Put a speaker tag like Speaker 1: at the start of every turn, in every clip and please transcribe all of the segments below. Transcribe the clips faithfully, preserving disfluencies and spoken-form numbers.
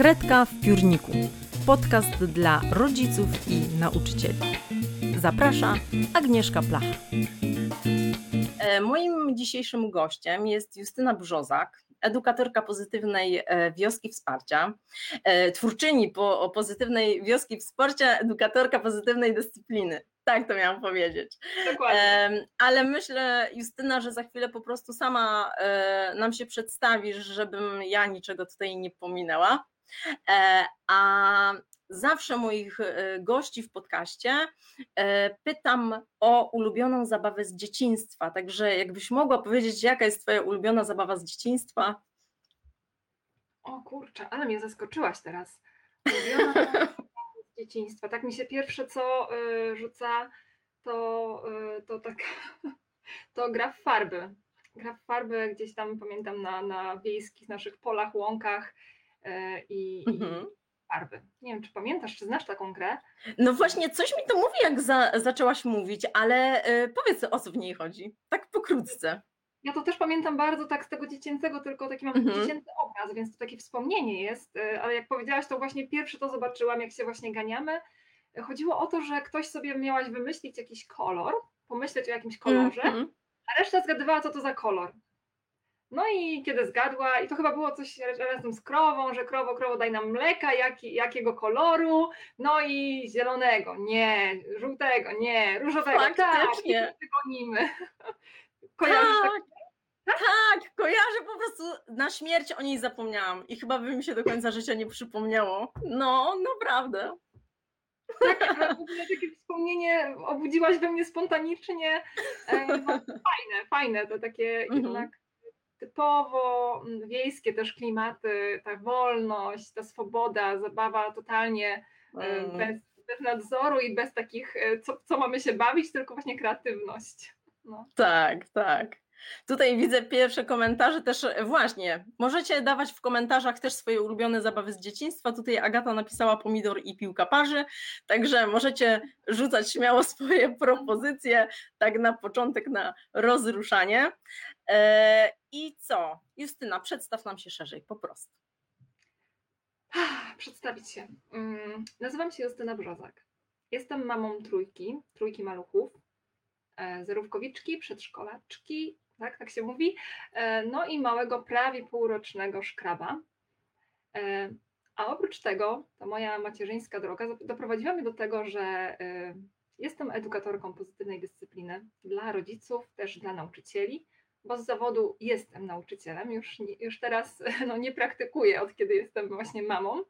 Speaker 1: Kredka w piórniku. Podcast dla rodziców i nauczycieli. Zaprasza Agnieszka Placha. Moim dzisiejszym gościem jest Justyna Brzozak, edukatorka pozytywnej wioski wsparcia, twórczyni po pozytywnej wioski wsparcia, edukatorka pozytywnej dyscypliny. Tak to miałam powiedzieć.
Speaker 2: Dokładnie.
Speaker 1: Ale myślę, Justyna, że za chwilę po prostu sama nam się przedstawisz, żebym ja niczego tutaj nie pominęła. A zawsze moich gości w podcaście pytam o ulubioną zabawę z dzieciństwa, także jakbyś mogła powiedzieć, jaka jest twoja ulubiona zabawa z dzieciństwa?
Speaker 2: O kurczę, ale mnie zaskoczyłaś teraz. Ulubiona zabawa z dzieciństwa. Tak mi się pierwsze co y, rzuca, to, y, to tak, to gra w farby. Gra w farby gdzieś tam, pamiętam, na, na wiejskich naszych polach, łąkach y, i,
Speaker 1: Mhm.
Speaker 2: i farby. Nie wiem, czy pamiętasz, czy znasz taką grę?
Speaker 1: No właśnie, coś mi to mówi, jak za, zaczęłaś mówić, ale y, powiedz, o co w niej chodzi, tak pokrótce.
Speaker 2: Ja to też pamiętam bardzo tak z tego dziecięcego, tylko taki mam
Speaker 1: Mhm.
Speaker 2: dziecięcy obraz, więc to takie wspomnienie jest, ale jak powiedziałaś, to właśnie pierwsze to zobaczyłam, jak się właśnie ganiamy. Chodziło o to, że ktoś sobie miałaś wymyślić jakiś kolor, pomyśleć o jakimś kolorze,
Speaker 1: Mhm.
Speaker 2: a reszta zgadywała, co to za kolor. No i kiedy zgadła, i to chyba było coś razem z krową, że krowo, krowo daj nam mleka, jaki, jakiego koloru, no i zielonego, nie, żółtego, nie, różowego,
Speaker 1: Faktycznie.
Speaker 2: tak, i gonimy. Kojarzysz tak?
Speaker 1: Tak, tak, kojarzę, po prostu na śmierć o niej zapomniałam i chyba by mi się do końca życia nie przypomniało. No, naprawdę.
Speaker 2: Tak, w ogóle takie wspomnienie obudziłaś we mnie spontanicznie. Fajne, fajne, to takie
Speaker 1: Mhm.
Speaker 2: jednak typowo wiejskie też klimaty, ta wolność, ta swoboda, zabawa totalnie
Speaker 1: Mm.
Speaker 2: bez, bez nadzoru i bez takich, co, co mamy się bawić, tylko właśnie kreatywność. No.
Speaker 1: Tak, tak. Tutaj widzę pierwsze komentarze też, właśnie, możecie dawać w komentarzach też swoje ulubione zabawy z dzieciństwa. Tutaj Agata napisała pomidor i piłka parzy, także możecie rzucać śmiało swoje propozycje, tak na początek, na rozruszanie. I co? Justyna, przedstaw nam się szerzej, po prostu.
Speaker 2: Przedstawić się. Nazywam się Justyna Brzozak. Jestem mamą trójki, trójki maluchów, zerówkowiczki, przedszkolaczki, tak, tak się mówi, no i małego, prawie półrocznego szkraba. A oprócz tego, ta moja macierzyńska droga doprowadziła mnie do tego, że jestem edukatorką pozytywnej dyscypliny dla rodziców, też dla nauczycieli, bo z zawodu jestem nauczycielem, już, już teraz no, nie praktykuję, od kiedy jestem właśnie mamą.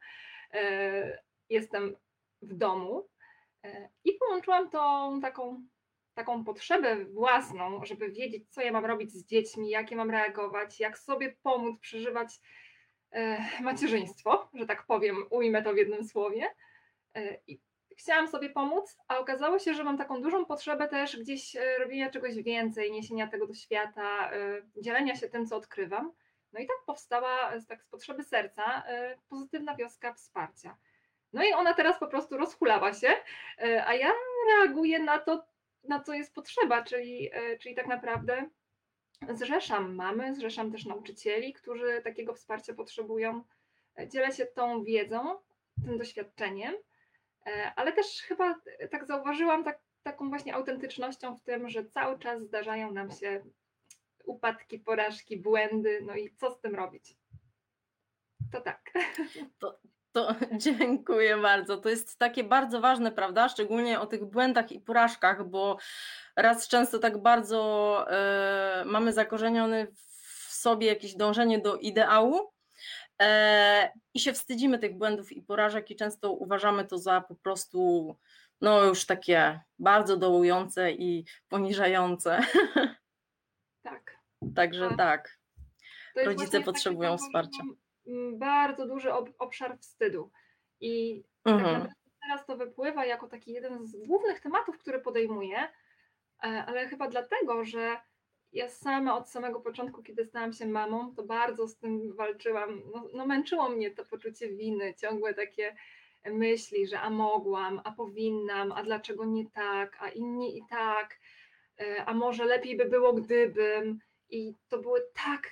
Speaker 2: Jestem w domu i połączyłam tą taką taką potrzebę własną, żeby wiedzieć, co ja mam robić z dziećmi, jak ja mam reagować, jak sobie pomóc przeżywać e, macierzyństwo, że tak powiem, ujmę to w jednym słowie. E, I chciałam sobie pomóc, a okazało się, że mam taką dużą potrzebę też gdzieś robienia czegoś więcej, niesienia tego do świata, e, dzielenia się tym, co odkrywam. No i tak powstała tak z potrzeby serca e, pozytywna wioska wsparcia. No i ona teraz po prostu rozhulała się, e, a ja reaguję na to, na co jest potrzeba, czyli, czyli tak naprawdę zrzeszam mamy, zrzeszam też nauczycieli, którzy takiego wsparcia potrzebują. Dzielę się tą wiedzą, tym doświadczeniem, ale też chyba tak zauważyłam tak, taką właśnie autentycznością w tym, że cały czas zdarzają nam się upadki, porażki, błędy, no i co z tym robić? To tak.
Speaker 1: To, to dziękuję bardzo. To jest takie bardzo ważne, prawda? Szczególnie o tych błędach i porażkach, bo raz często tak bardzo e, mamy zakorzenione w sobie jakieś dążenie do ideału e, i się wstydzimy tych błędów i porażek i często uważamy to za po prostu no już takie bardzo dołujące i poniżające.
Speaker 2: Tak.
Speaker 1: Także
Speaker 2: A
Speaker 1: tak,
Speaker 2: to jest
Speaker 1: rodzice
Speaker 2: właśnie
Speaker 1: potrzebują wsparcia.
Speaker 2: Bardzo duży obszar wstydu i tak
Speaker 1: Mhm.
Speaker 2: naprawdę teraz to wypływa jako taki jeden z głównych tematów, który podejmuję, ale chyba dlatego, że ja sama od samego początku, kiedy stałam się mamą, to bardzo z tym walczyłam. No, no męczyło mnie to poczucie winy, ciągłe takie myśli, że a mogłam, a powinnam, a dlaczego nie tak, a inni i tak, a może lepiej by było gdybym. I to były tak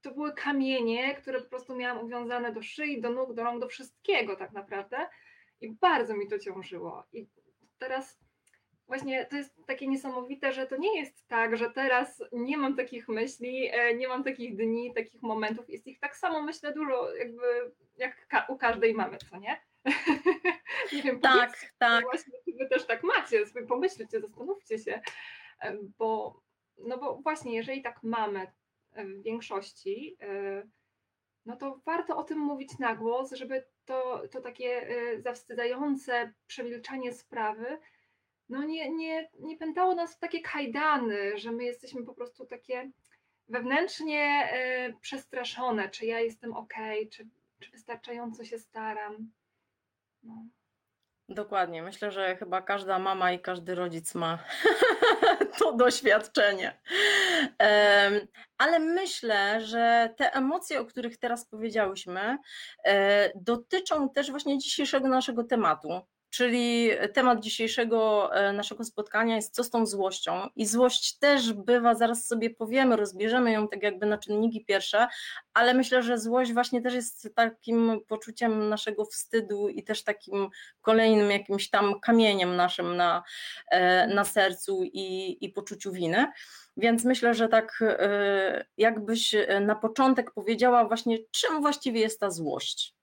Speaker 2: to były kamienie, które po prostu miałam uwiązane do szyi, do nóg, do rąk, do wszystkiego tak naprawdę i bardzo mi to ciążyło. I teraz właśnie to jest takie niesamowite, że to nie jest tak, że teraz nie mam takich myśli, e, nie mam takich dni, takich momentów. Jest ich tak samo, myślę, dużo jakby jak ka- u każdej mamy, co nie? Nie wiem, powiedzcie
Speaker 1: Tak,
Speaker 2: sobie
Speaker 1: tak.
Speaker 2: właśnie, czy wy też tak macie, sobie pomyślcie, zastanówcie się, e, bo, no bo właśnie, jeżeli tak mamy e, w większości, e, no to warto o tym mówić na głos, żeby to, to takie e, zawstydzające przemilczanie sprawy no nie, nie, nie pętało nas w takie kajdany, że my jesteśmy po prostu takie wewnętrznie e, przestraszone, czy ja jestem okej, czy, czy wystarczająco się staram. No.
Speaker 1: Dokładnie. Myślę, że chyba każda mama i każdy rodzic ma to doświadczenie. Em, Ale myślę, że te emocje, o których teraz powiedziałyśmy, e, dotyczą też właśnie dzisiejszego naszego tematu. Czyli temat dzisiejszego e, naszego spotkania jest co z tą złością. I złość też bywa, zaraz sobie powiemy, rozbierzemy ją tak jakby na czynniki pierwsze, ale myślę, że złość właśnie też jest takim poczuciem naszego wstydu i też takim kolejnym jakimś tam kamieniem naszym na, e, na sercu i, i poczuciu winy. Więc myślę, że tak e, jakbyś na początek powiedziała właśnie, czym właściwie jest ta złość.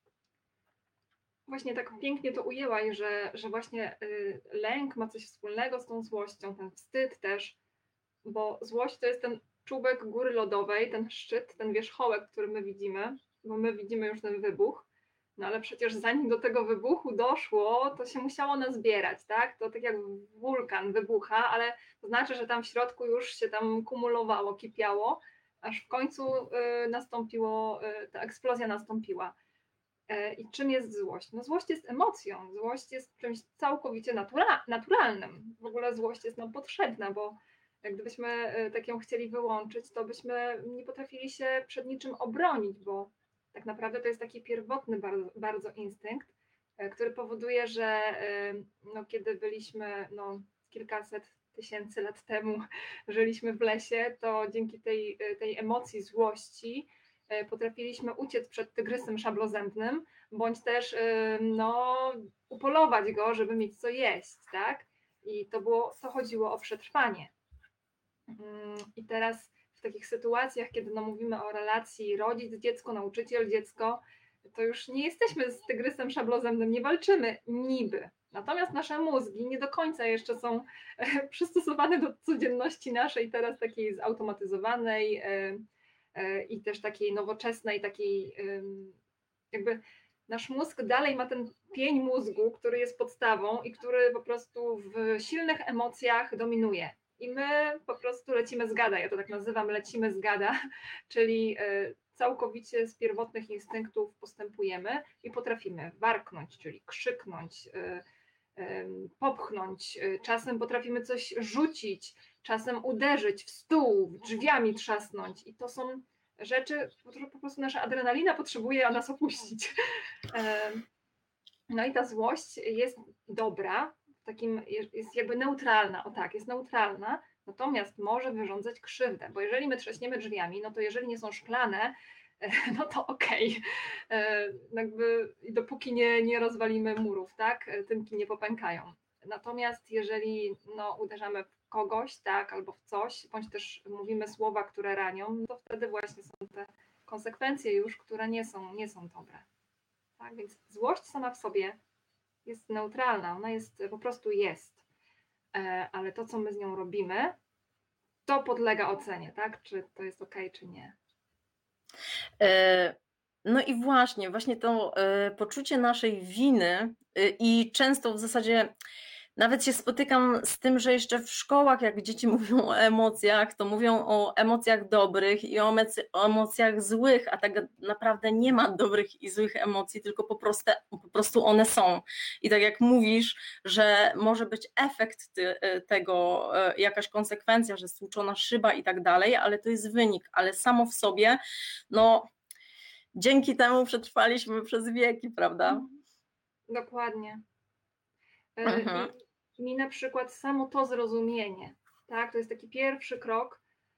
Speaker 2: Właśnie tak pięknie to ujęłaś, że, że właśnie y, lęk ma coś wspólnego z tą złością, ten wstyd też, bo złość to jest ten czubek góry lodowej, ten szczyt, ten wierzchołek, który my widzimy, bo my widzimy już ten wybuch, no ale przecież zanim do tego wybuchu doszło, to się musiało nazbierać, tak? To tak jak wulkan wybucha, ale to znaczy, że tam w środku już się tam kumulowało, kipiało, aż w końcu y, nastąpiło, y, ta eksplozja nastąpiła. E, I czym jest złość? No złość jest emocją, złość jest czymś całkowicie natura naturalnym. W ogóle złość jest nam potrzebna, bo jak gdybyśmy e, tak ją chcieli wyłączyć, to byśmy nie potrafili się przed niczym obronić, bo tak naprawdę to jest taki pierwotny bardzo, bardzo instynkt, e, który powoduje, że e, no, kiedy byliśmy no, kilkaset tysięcy lat temu, żyliśmy w lesie, to dzięki tej, e, tej emocji złości e, potrafiliśmy uciec przed tygrysem szablozębnym, bądź też e, no, upolować go, żeby mieć co jeść, tak? I to było, to chodziło o przetrwanie. Mm, I teraz w takich sytuacjach, kiedy no, mówimy o relacji rodzic-dziecko, nauczyciel-dziecko, to już nie jesteśmy z tygrysem szablozębnym, nie walczymy niby. Natomiast nasze mózgi nie do końca jeszcze są e, przystosowane do codzienności naszej, teraz takiej zautomatyzowanej e, e, i też takiej nowoczesnej, takiej jakby nasz mózg dalej ma ten pień mózgu, który jest podstawą i który po prostu w silnych emocjach dominuje. I my po prostu lecimy z gada, ja to tak nazywam, lecimy z gada, czyli e, całkowicie z pierwotnych instynktów postępujemy i potrafimy warknąć, czyli krzyknąć, e, e, popchnąć, e, czasem potrafimy coś rzucić, czasem uderzyć w stół, drzwiami trzasnąć i to są rzeczy, które po prostu nasza adrenalina potrzebuje nas opuścić. No i ta złość jest dobra, takim, jest jakby neutralna, o tak, jest neutralna, natomiast może wyrządzać krzywdę, bo jeżeli my trzaśniemy drzwiami, no to jeżeli nie są szklane, no to okej, okay. Jakby dopóki nie, nie rozwalimy murów, tak, tynki nie popękają. Natomiast jeżeli no, uderzamy w kogoś, tak, albo w coś, bądź też mówimy słowa, które ranią, no to wtedy właśnie są te konsekwencje już, które nie są, nie są dobre. Tak, więc złość sama w sobie jest neutralna, ona jest, po prostu jest, ale to, co my z nią robimy, to podlega ocenie, tak, czy to jest okej, czy nie.
Speaker 1: No i właśnie, właśnie to poczucie naszej winy i często w zasadzie nawet się spotykam z tym, że jeszcze w szkołach, jak dzieci mówią o emocjach, to mówią o emocjach dobrych i o emocjach złych, a tak naprawdę nie ma dobrych i złych emocji, tylko po prostu, po prostu one są. I tak jak mówisz, że może być efekt tego, jakaś konsekwencja, że stłuczona szyba i tak dalej, ale to jest wynik, ale samo w sobie, no dzięki temu przetrwaliśmy przez wieki, prawda?
Speaker 2: Dokładnie.
Speaker 1: Mhm.
Speaker 2: I mi na przykład samo to zrozumienie, tak, to jest taki pierwszy krok,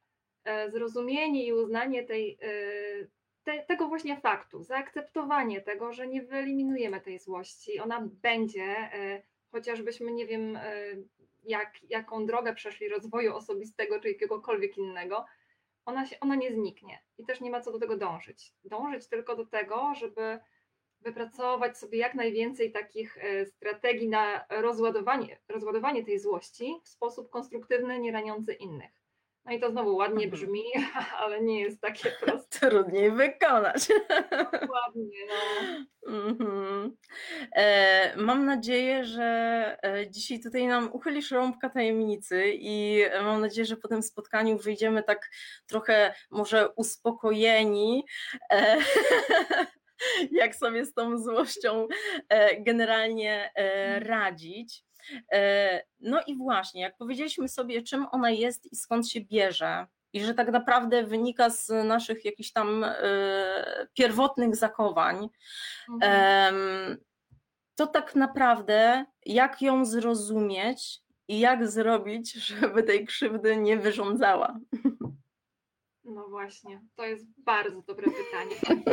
Speaker 2: e, zrozumienie i uznanie tej, e, te, tego właśnie faktu, zaakceptowanie tego, że nie wyeliminujemy tej złości, ona będzie, e, chociażbyśmy nie wiem, e, jak, jaką drogę przeszli rozwoju osobistego czy jakiegokolwiek innego, ona, się, ona nie zniknie i też nie ma co do tego dążyć. Dążyć tylko do tego, żeby wypracować sobie jak najwięcej takich e, strategii na rozładowanie, rozładowanie tej złości w sposób konstruktywny, nie raniący innych. No i to znowu ładnie
Speaker 1: Mhm.
Speaker 2: brzmi, ale nie jest takie proste.
Speaker 1: Trudniej wykonać.
Speaker 2: Dokładnie, no.
Speaker 1: Mhm. E, mam nadzieję, że e, dzisiaj tutaj nam uchylisz rąbka tajemnicy i e, mam nadzieję, że po tym spotkaniu wyjdziemy tak trochę może uspokojeni, e, jak sobie z tą złością e, generalnie e, radzić. E, no i właśnie, jak powiedzieliśmy sobie, czym ona jest i skąd się bierze, i że tak naprawdę wynika z naszych jakichś tam e, pierwotnych zachowań,
Speaker 2: Mhm.
Speaker 1: to tak naprawdę jak ją zrozumieć i jak zrobić, żeby tej krzywdy nie wyrządzała?
Speaker 2: No właśnie, to jest bardzo dobre pytanie.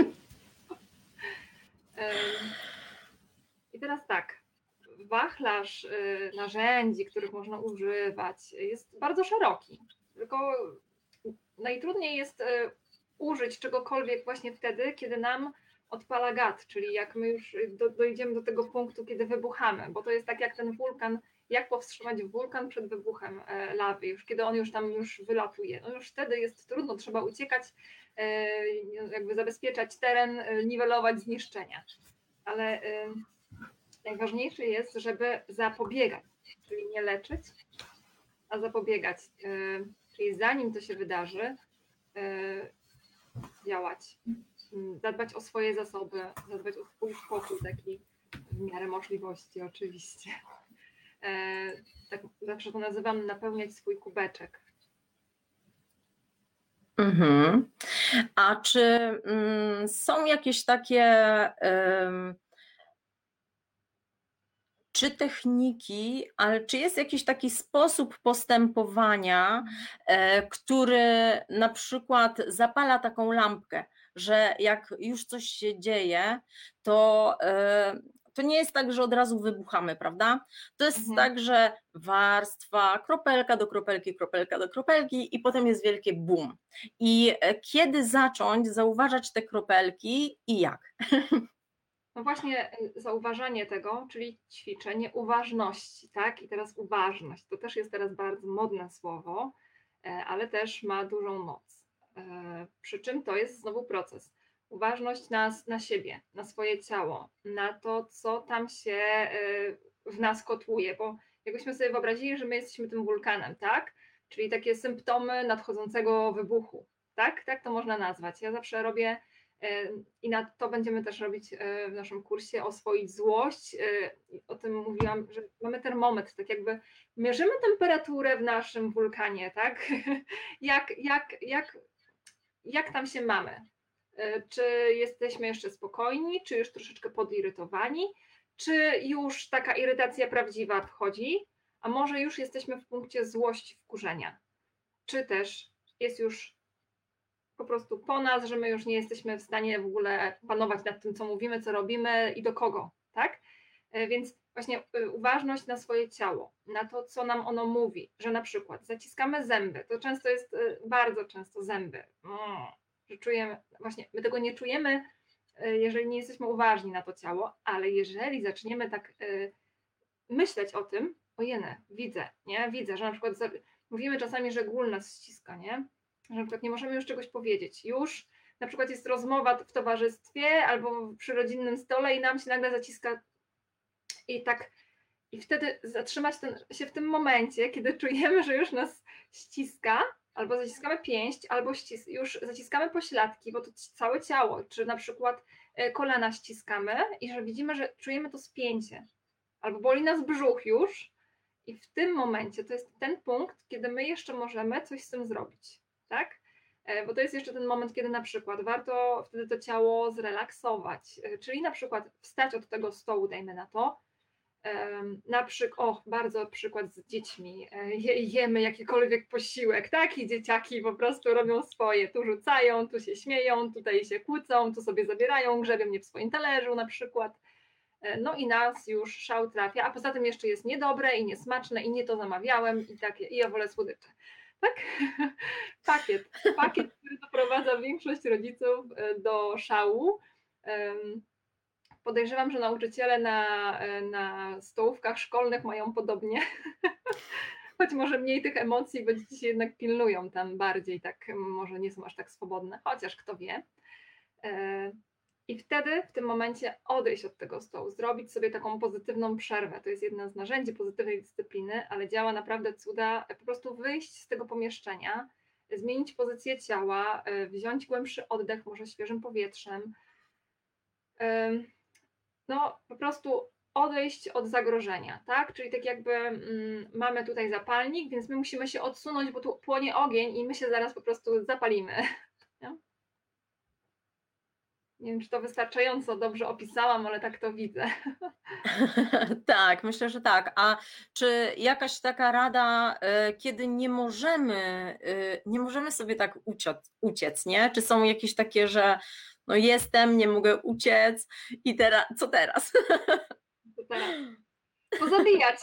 Speaker 2: Ym, I teraz tak, wachlarz y, narzędzi, których można używać, jest bardzo szeroki. Tylko najtrudniej jest y, użyć czegokolwiek właśnie wtedy, kiedy nam odpala gad, czyli jak my już do, dojdziemy do tego punktu, kiedy wybuchamy, bo to jest tak jak ten wulkan, jak powstrzymać wulkan przed wybuchem e, lawy, już kiedy on już tam już wylatuje. No już wtedy jest trudno, trzeba uciekać, e, jakby zabezpieczać teren, e, niwelować zniszczenia. Ale e, najważniejsze jest, żeby zapobiegać, czyli nie leczyć, a zapobiegać. E, czyli zanim to się wydarzy, e, działać, zadbać o swoje zasoby, zadbać o swój spokój taki w miarę możliwości oczywiście. E, tak zawsze to nazywam napełniać swój kubeczek.
Speaker 1: Mhm. A czy mm, są jakieś takie ym, czy techniki, ale czy jest jakiś taki sposób postępowania, e, który na przykład zapala taką lampkę, że jak już coś się dzieje, to, e, to nie jest tak, że od razu wybuchamy, prawda? To jest
Speaker 2: Mhm.
Speaker 1: tak, że warstwa, kropelka do kropelki, kropelka do kropelki i potem jest wielkie boom. I e, kiedy zacząć zauważać te kropelki i jak?
Speaker 2: No właśnie y, zauważanie tego, czyli ćwiczenie uważności, tak? I teraz uważność, to też jest teraz bardzo modne słowo, e, ale też ma dużą moc. E, Przy czym to jest znowu proces. Uważność na, na siebie, na swoje ciało, na to, co tam się y, w nas kotłuje, bo jakbyśmy sobie wyobrazili, że my jesteśmy tym wulkanem, tak? Czyli takie symptomy nadchodzącego wybuchu, tak? Tak to można nazwać. Ja zawsze robię i na to będziemy też robić w naszym kursie, oswoić złość. O tym mówiłam, że mamy termometr, tak jakby mierzymy temperaturę w naszym wulkanie, tak? Jak, jak, jak, jak tam się mamy? Czy jesteśmy jeszcze spokojni, czy już troszeczkę podirytowani, czy już taka irytacja prawdziwa wchodzi, a może już jesteśmy w punkcie złości, wkurzenia, czy też jest już po prostu po nas, że my już nie jesteśmy w stanie w ogóle panować nad tym, co mówimy, co robimy i do kogo, tak? Więc właśnie uważność na swoje ciało, na to, co nam ono mówi, że na przykład zaciskamy zęby, to często jest, bardzo często zęby, że czujemy, właśnie my tego nie czujemy, jeżeli nie jesteśmy uważni na to ciało, ale jeżeli zaczniemy tak myśleć o tym, ojene, widzę, nie, widzę, że na przykład mówimy czasami, że gól nas ściska, nie, że na przykład nie możemy już czegoś powiedzieć. Już na przykład jest rozmowa w towarzystwie albo przy rodzinnym stole i nam się nagle zaciska i tak, i wtedy zatrzymać ten, się w tym momencie, kiedy czujemy, że już nas ściska, albo zaciskamy pięść, albo ścis, już zaciskamy pośladki, bo to całe ciało, czy na przykład kolana ściskamy i że widzimy, że czujemy to spięcie, albo boli nas brzuch już i w tym momencie to jest ten punkt, kiedy my jeszcze możemy coś z tym zrobić, tak? Bo to jest jeszcze ten moment, kiedy na przykład warto wtedy to ciało zrelaksować, czyli na przykład wstać od tego stołu, dajmy na to, Em, na przykład, o, bardzo przykład z dziećmi, e, je, jemy jakikolwiek posiłek, tak? I dzieciaki po prostu robią swoje, tu rzucają, tu się śmieją, tutaj się kłócą, tu sobie zabierają, grzebią mnie w swoim talerzu na przykład. E, No i nas już szał trafia, a poza tym jeszcze jest niedobre i niesmaczne i nie to zamawiałem i takie, i ja wolę słodycze. Tak? Pakiet, pakiet, który doprowadza większość rodziców e, do szału. Em, Podejrzewam, że nauczyciele na, e, na stołówkach szkolnych mają podobnie, choć może mniej tych emocji, bo dzieci się jednak pilnują tam bardziej, tak może nie są aż tak swobodne, chociaż kto wie. E, I wtedy w tym momencie odejść od tego stołu, zrobić sobie taką pozytywną przerwę. To jest jedno z narzędzi pozytywnej dyscypliny, ale działa naprawdę cuda. Po prostu wyjść z tego pomieszczenia, zmienić pozycję ciała, e, wziąć głębszy oddech, może świeżym powietrzem. Em, No, po prostu odejść od zagrożenia, tak? Czyli tak jakby mm, mamy tutaj zapalnik, więc my musimy się odsunąć, bo tu płonie ogień i my się zaraz po prostu zapalimy. Nie, nie wiem, czy to wystarczająco dobrze opisałam, ale tak to widzę.
Speaker 1: Tak, myślę, że tak. A czy jakaś taka rada, y, kiedy nie możemy, y, nie możemy sobie tak uciec, uciec, nie? Czy są jakieś takie, że no jestem, nie mogę uciec i teraz, co teraz?
Speaker 2: To teraz pozabijać.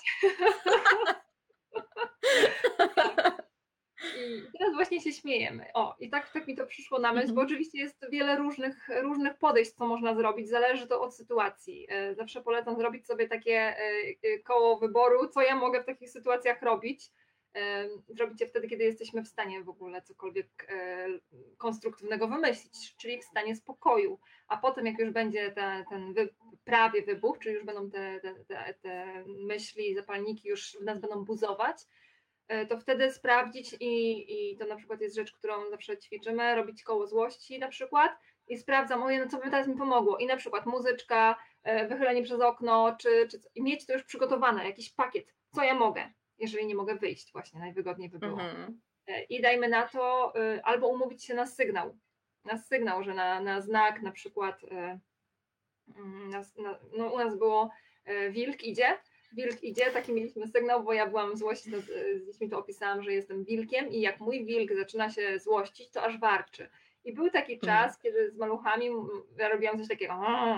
Speaker 2: Tak. I teraz właśnie się śmiejemy. O, i tak, tak mi to przyszło na myśl, bo
Speaker 1: Mhm.
Speaker 2: oczywiście jest wiele różnych, różnych podejść, co można zrobić, zależy to od sytuacji. E, Zawsze polecam zrobić sobie takie e, e, koło wyboru, co ja mogę w takich sytuacjach robić. E, Zrobić je wtedy, kiedy jesteśmy w stanie w ogóle cokolwiek e, konstruktywnego wymyślić, czyli w stanie spokoju. A potem, jak już będzie ta, ten wy, prawie wybuch, czyli już będą te, te, te, te myśli, zapalniki już w nas będą buzować, to wtedy sprawdzić i, i to na przykład jest rzecz, którą zawsze ćwiczymy, robić koło złości na przykład i sprawdzam, oje, no co by teraz mi pomogło i na przykład muzyczka, e, wychylenie przez okno, czy, czy i mieć to już przygotowane, jakiś pakiet, co ja mogę, jeżeli nie mogę wyjść, właśnie najwygodniej by było.
Speaker 1: Mhm.
Speaker 2: E, I dajmy na to, e, albo umówić się na sygnał, na sygnał, że na, na znak na przykład, e, mm, na, na, no u nas było e, wilk idzie, wilk idzie, taki mieliśmy sygnał, bo ja byłam złośna, z, z dziećmi to opisałam, że jestem wilkiem i jak mój wilk zaczyna się złościć, to aż warczy. I był taki
Speaker 1: Mhm.
Speaker 2: czas, kiedy z maluchami m, ja robiłam coś takiego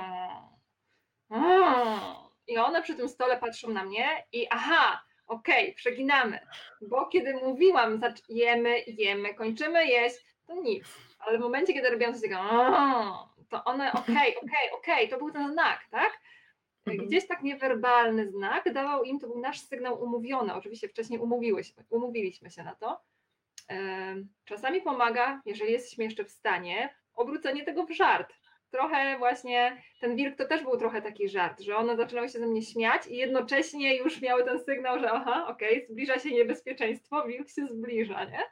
Speaker 2: i one przy tym stole patrzą na mnie i aha, okej, okay, przeginamy, bo kiedy mówiłam, jemy, jemy, kończymy jeść, to nic, ale w momencie, kiedy robiłam coś takiego to one okej, okay, okej, okay, okej, okay, to był ten znak, tak?
Speaker 1: Mhm.
Speaker 2: Gdzieś tak niewerbalny znak dawał im, to był nasz sygnał umówiony, oczywiście wcześniej umówiłyśmy, umówiliśmy się na to. Czasami pomaga, jeżeli jesteśmy jeszcze w stanie, obrócenie tego w żart. Trochę właśnie, ten wilk to też był trochę taki żart, że one zaczynały się ze mnie śmiać i jednocześnie już miały ten sygnał, że aha, okej, okay, zbliża się niebezpieczeństwo, wilk się zbliża, nie?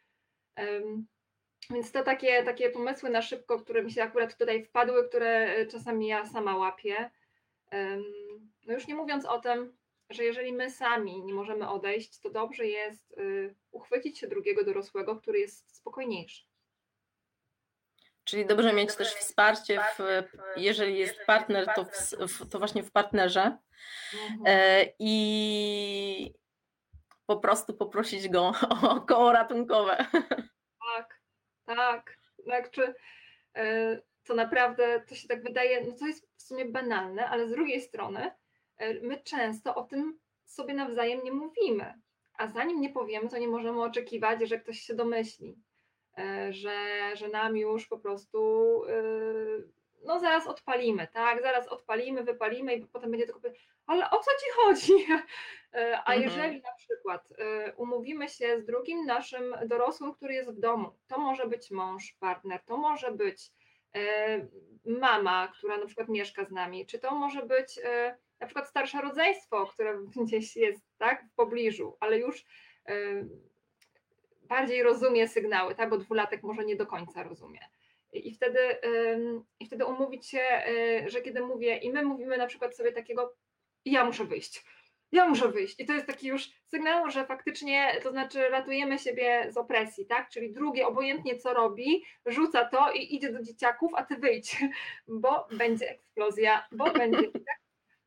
Speaker 2: Więc to takie, takie pomysły na szybko, które mi się akurat tutaj wpadły, które czasami ja sama łapię. No już nie mówiąc o tym, że jeżeli my sami nie możemy odejść, to dobrze jest uchwycić się drugiego dorosłego, który jest spokojniejszy.
Speaker 1: Czyli dobrze mieć też wsparcie, w, jeżeli jest partner, to, w, to właśnie w partnerze.
Speaker 2: Mhm.
Speaker 1: I po prostu poprosić go o koło ratunkowe.
Speaker 2: Tak, tak. Znaczy, to naprawdę, to się tak wydaje, no to jest w sumie banalne, ale z drugiej strony my często o tym sobie nawzajem nie mówimy, a zanim nie powiemy, to nie możemy oczekiwać, że ktoś się domyśli, że, że nam już po prostu no zaraz odpalimy, tak, zaraz odpalimy, wypalimy i potem będzie tylko pytać, ale o co ci chodzi? A jeżeli mhm. na przykład umówimy się z drugim naszym dorosłym, który jest w domu, to może być mąż, partner, to może być mama, która na przykład mieszka z nami, czy to może być na przykład starsze rodzeństwo, które gdzieś jest, tak, w pobliżu, ale już bardziej rozumie sygnały, tak, bo dwulatek może nie do końca rozumie. I wtedy, i wtedy umówić się, że kiedy mówię i my mówimy na przykład sobie takiego, ja muszę wyjść, ja muszę wyjść. I to jest taki już sygnał, że faktycznie, to znaczy ratujemy siebie z opresji, tak? Czyli drugie obojętnie co robi, rzuca to i idzie do dzieciaków, a ty wyjdź, bo będzie eksplozja, bo będzie...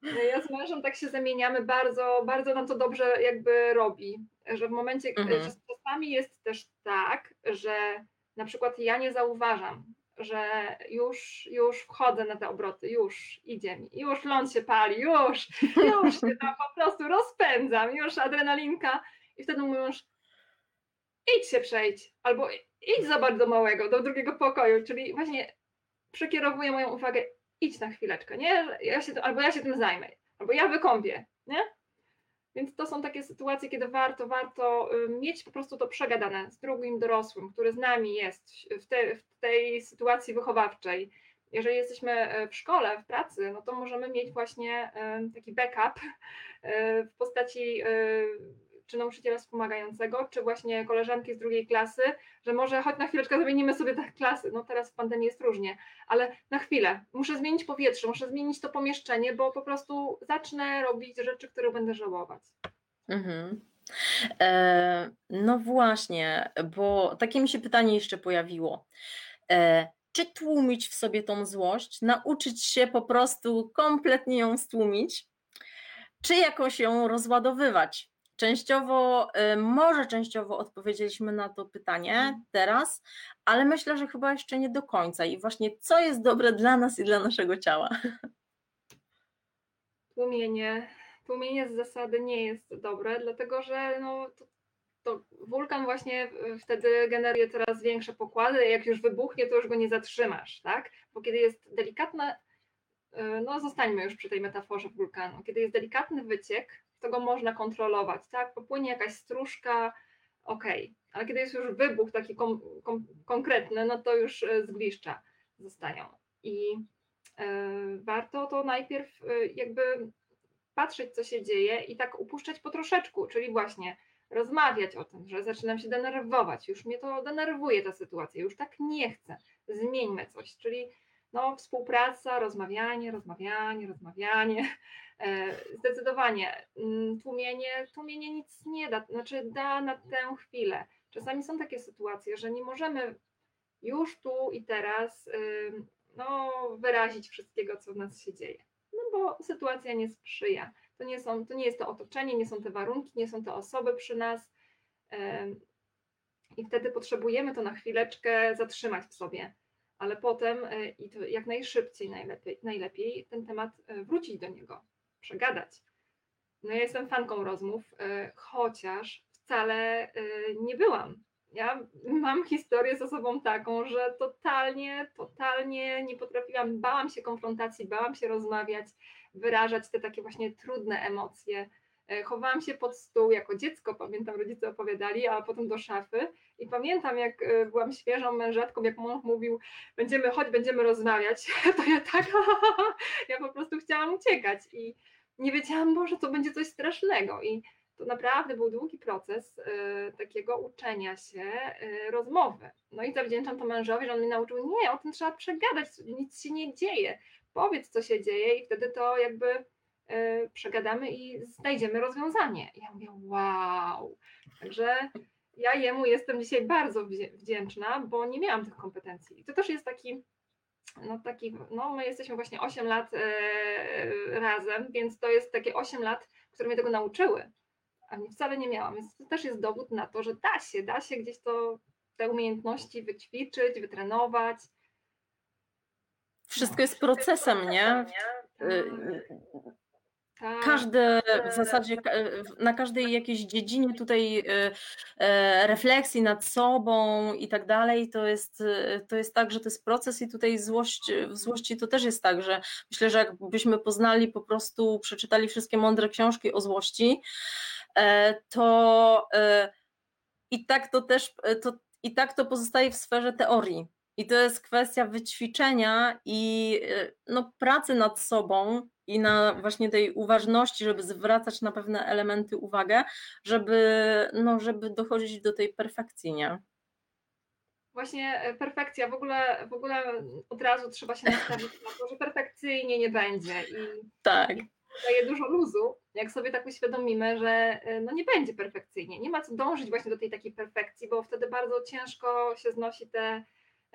Speaker 2: No ja z mężem tak się zamieniamy, bardzo, bardzo nam to dobrze jakby robi, że w momencie, że
Speaker 1: Mhm.
Speaker 2: czasami jest też tak, że na przykład ja nie zauważam, że już, już wchodzę na te obroty, już idzie mi, już ląd się pali, już, już się tam po prostu rozpędzam, już adrenalinka i wtedy mój mąż, idź się przejdź, albo idź zobacz do małego, do drugiego pokoju, czyli właśnie przekierowuje moją uwagę, idź na chwileczkę, nie? Ja się, albo ja się tym zajmę, albo ja wykąpię, nie? Więc to są takie sytuacje, kiedy warto, warto mieć po prostu to przegadane z drugim dorosłym, który z nami jest w, te, w tej sytuacji wychowawczej. Jeżeli jesteśmy w szkole, w pracy, no to możemy mieć właśnie taki backup w postaci czy nauczyciela wspomagającego, czy właśnie koleżanki z drugiej klasy, że może chodź na chwileczkę zamienimy sobie te klasy. No teraz w pandemii jest różnie, ale na chwilę. Muszę zmienić powietrze, muszę zmienić to pomieszczenie, bo po prostu zacznę robić rzeczy, które będę żałować.
Speaker 1: Mhm. E, no właśnie, bo takie mi się pytanie jeszcze pojawiło. E, czy tłumić w sobie tą złość, nauczyć się po prostu kompletnie ją stłumić, czy jakoś ją rozładowywać? Częściowo, y, może częściowo odpowiedzieliśmy na to pytanie teraz, ale myślę, że chyba jeszcze nie do końca. I właśnie co jest dobre dla nas i dla naszego ciała?
Speaker 2: Tłumienie. Tłumienie z zasady nie jest dobre, dlatego że no, to, to wulkan właśnie wtedy generuje coraz większe pokłady, jak już wybuchnie, to już go nie zatrzymasz, tak? Bo kiedy jest delikatne, no zostańmy już przy tej metaforze wulkanu, kiedy jest delikatny wyciek, to go można kontrolować, tak? Popłynie jakaś stróżka, okej, okay. Ale kiedy jest już wybuch taki kom, kom, konkretny, no to już zgliszcza zostają. I yy, warto to najpierw yy, jakby patrzeć, co się dzieje i tak upuszczać po troszeczku, czyli właśnie rozmawiać o tym, że zaczynam się denerwować, już mnie to denerwuje ta sytuacja, już tak nie chcę, zmieńmy coś, czyli no, współpraca, rozmawianie, rozmawianie, rozmawianie. Zdecydowanie tłumienie, tłumienie nic nie da, znaczy da na tę chwilę. Czasami są takie sytuacje, że nie możemy już tu i teraz no, wyrazić wszystkiego, co w nas się dzieje. No bo sytuacja nie sprzyja. To nie, są, to nie jest to otoczenie, nie są te warunki, nie są te osoby przy nas. I wtedy potrzebujemy to na chwileczkę zatrzymać w sobie, ale potem i to jak najszybciej najlepiej, najlepiej ten temat wrócić do niego, przegadać. No ja jestem fanką rozmów, chociaż wcale nie byłam. Ja mam historię za sobą taką, że totalnie, totalnie nie potrafiłam, bałam się konfrontacji, bałam się rozmawiać, wyrażać te takie właśnie trudne emocje. Chowałam się pod stół jako dziecko, pamiętam, rodzice opowiadali, a potem do szafy i pamiętam, jak byłam świeżą mężatką, jak mąż mówił, będziemy, chodź, będziemy rozmawiać, to ja tak, ja po prostu chciałam uciekać i nie wiedziałam, Boże, to będzie coś strasznego i to naprawdę był długi proces y, takiego uczenia się y, rozmowy. No i zawdzięczam to mężowi, że on mi nauczył, nie, o tym trzeba przegadać, nic się nie dzieje, powiedz, co się dzieje i wtedy to jakby y, przegadamy i znajdziemy rozwiązanie. I ja mówię, wow. Także ja jemu jestem dzisiaj bardzo wdzięczna, bo nie miałam tych kompetencji. I to też jest taki no taki, no my jesteśmy właśnie osiem lat e, razem, więc to jest takie osiem lat, które mnie tego nauczyły, a mnie wcale nie miałam, więc to też jest dowód na to, że da się, da się gdzieś to, te umiejętności wyćwiczyć, wytrenować.
Speaker 1: Wszystko
Speaker 2: No.
Speaker 1: jest procesem, nie?
Speaker 2: Tak.
Speaker 1: Każde w zasadzie na każdej jakiejś dziedzinie tutaj refleksji nad sobą i tak dalej, to jest, to jest tak, że to jest proces i tutaj złość, w złości to też jest tak, że myślę, że jakbyśmy poznali po prostu, przeczytali wszystkie mądre książki o złości, to i tak to też, to, i tak to pozostaje w sferze teorii. I to jest kwestia wyćwiczenia i no, pracy nad sobą i na właśnie tej uważności, żeby zwracać na pewne elementy uwagę, żeby, no, żeby dochodzić do tej perfekcji, nie?
Speaker 2: Właśnie perfekcja, w ogóle, w ogóle od razu trzeba się nastawić na to, że perfekcyjnie nie będzie i,
Speaker 1: tak.
Speaker 2: i daje dużo luzu, jak sobie tak uświadomimy, że no nie będzie perfekcyjnie, nie ma co dążyć właśnie do tej takiej perfekcji, bo wtedy bardzo ciężko się znosi te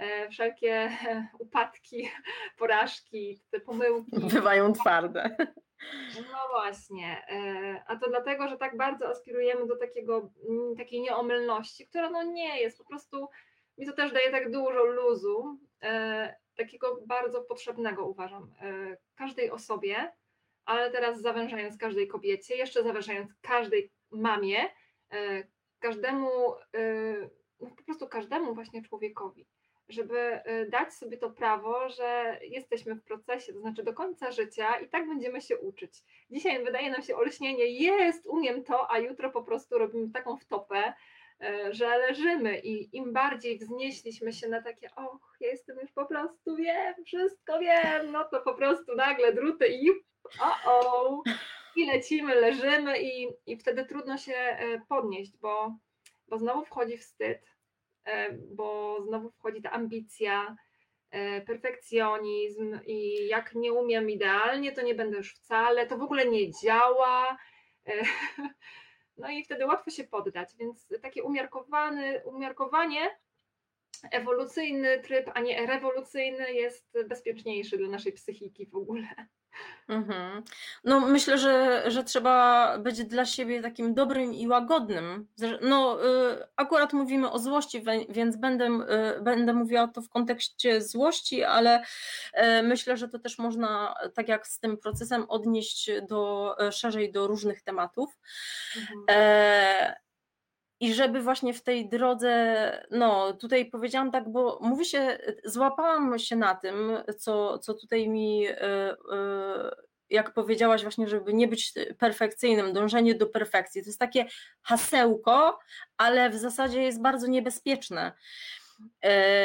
Speaker 2: wszelkie upadki, porażki, te pomyłki.
Speaker 1: Bywają twarde.
Speaker 2: No właśnie, e, a to dlatego, że tak bardzo aspirujemy do takiego, mm, takiej nieomylności, która no nie jest, po prostu mi to też daje tak dużo luzu, e, takiego bardzo potrzebnego uważam, e, każdej osobie, ale teraz zawężając każdej kobiecie, jeszcze zawężając każdej mamie, e, każdemu, e, no po prostu każdemu właśnie człowiekowi, żeby e, dać sobie to prawo, że jesteśmy w procesie, to znaczy do końca życia i tak będziemy się uczyć. Dzisiaj wydaje nam się olśnienie, jest, umiem to, a jutro po prostu robimy taką wtopę, e, że leżymy i im bardziej wznieśliśmy się na takie, och, ja jestem już po prostu wiem, wszystko wiem, no to po prostu nagle druty i o, o, i lecimy, leżymy i, i wtedy trudno się e, podnieść, bo, bo znowu wchodzi wstyd, e, bo znowu wchodzi ta ambicja, e, perfekcjonizm i jak nie umiem idealnie, to nie będę już wcale, to w ogóle nie działa. E, No i wtedy łatwo się poddać, więc takie umiarkowany, umiarkowanie, ewolucyjny tryb, a nie rewolucyjny jest bezpieczniejszy dla naszej psychiki w ogóle.
Speaker 1: Mhm. No myślę, że, że trzeba być dla siebie takim dobrym i łagodnym. Zrze- No, y, akurat mówimy o złości, wę- więc będę, y, będę mówiła to w kontekście złości, ale y, myślę, że to też można, tak jak z tym procesem, odnieść do, y, szerzej do różnych tematów.
Speaker 2: Mhm.
Speaker 1: E, I żeby właśnie w tej drodze, no tutaj powiedziałam tak, bo mówi się, złapałam się na tym, co, co tutaj mi, y, y, jak powiedziałaś właśnie, żeby nie być perfekcyjnym, dążenie do perfekcji. To jest takie hasełko, ale w zasadzie jest bardzo niebezpieczne. Y,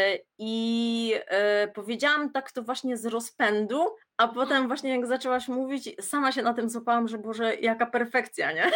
Speaker 1: I y, powiedziałam tak to właśnie z rozpędu, a potem właśnie jak zaczęłaś mówić, sama się na tym złapałam, że Boże, jaka perfekcja, nie?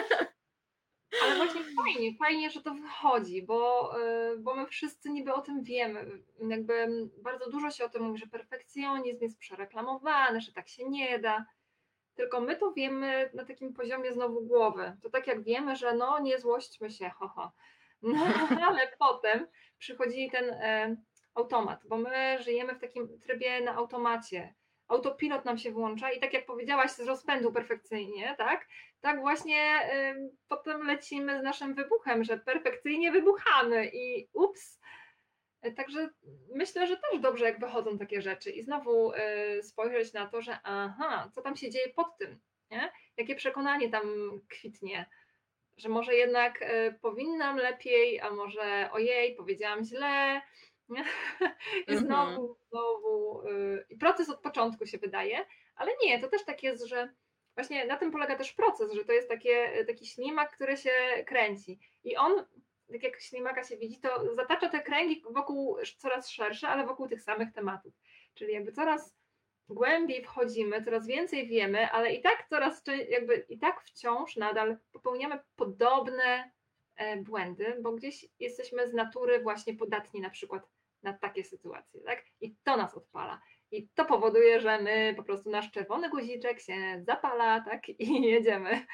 Speaker 2: Ale właśnie fajnie, fajnie, że to wychodzi, bo, y, bo my wszyscy niby o tym wiemy. Jakby bardzo dużo się o tym mówi, że perfekcjonizm jest przereklamowany, że tak się nie da. Tylko my to wiemy na takim poziomie znowu głowy. To tak jak wiemy, że no nie złośćmy się, ho, ho. No ale potem przychodzi ten e, automat, bo my żyjemy w takim trybie na automacie. Autopilot nam się włącza i tak jak powiedziałaś z rozpędu perfekcyjnie, tak? Tak właśnie e, potem lecimy z naszym wybuchem, że perfekcyjnie wybuchamy i ups. E, Także myślę, że też dobrze, jak wychodzą takie rzeczy i znowu y, spojrzeć na to, że aha, co tam się dzieje pod tym, nie? Jakie przekonanie tam kwitnie, że może jednak y, powinnam lepiej, a może ojej, powiedziałam źle, nie? I
Speaker 1: Mhm.
Speaker 2: znowu, znowu, y, i proces od początku się wydaje, ale nie, to też tak jest, że właśnie na tym polega też proces, że to jest takie, taki ślimak, który się kręci i on, tak jak ślimaka się widzi, to zatacza te kręgi wokół coraz szersze, ale wokół tych samych tematów, czyli jakby coraz głębiej wchodzimy, coraz więcej wiemy, ale i tak coraz jakby i tak wciąż nadal popełniamy podobne e, błędy, bo gdzieś jesteśmy z natury właśnie podatni na przykład na takie sytuacje, tak? I to nas odpala. I to powoduje, że my po prostu nasz czerwony guziczek się zapala, tak? I jedziemy.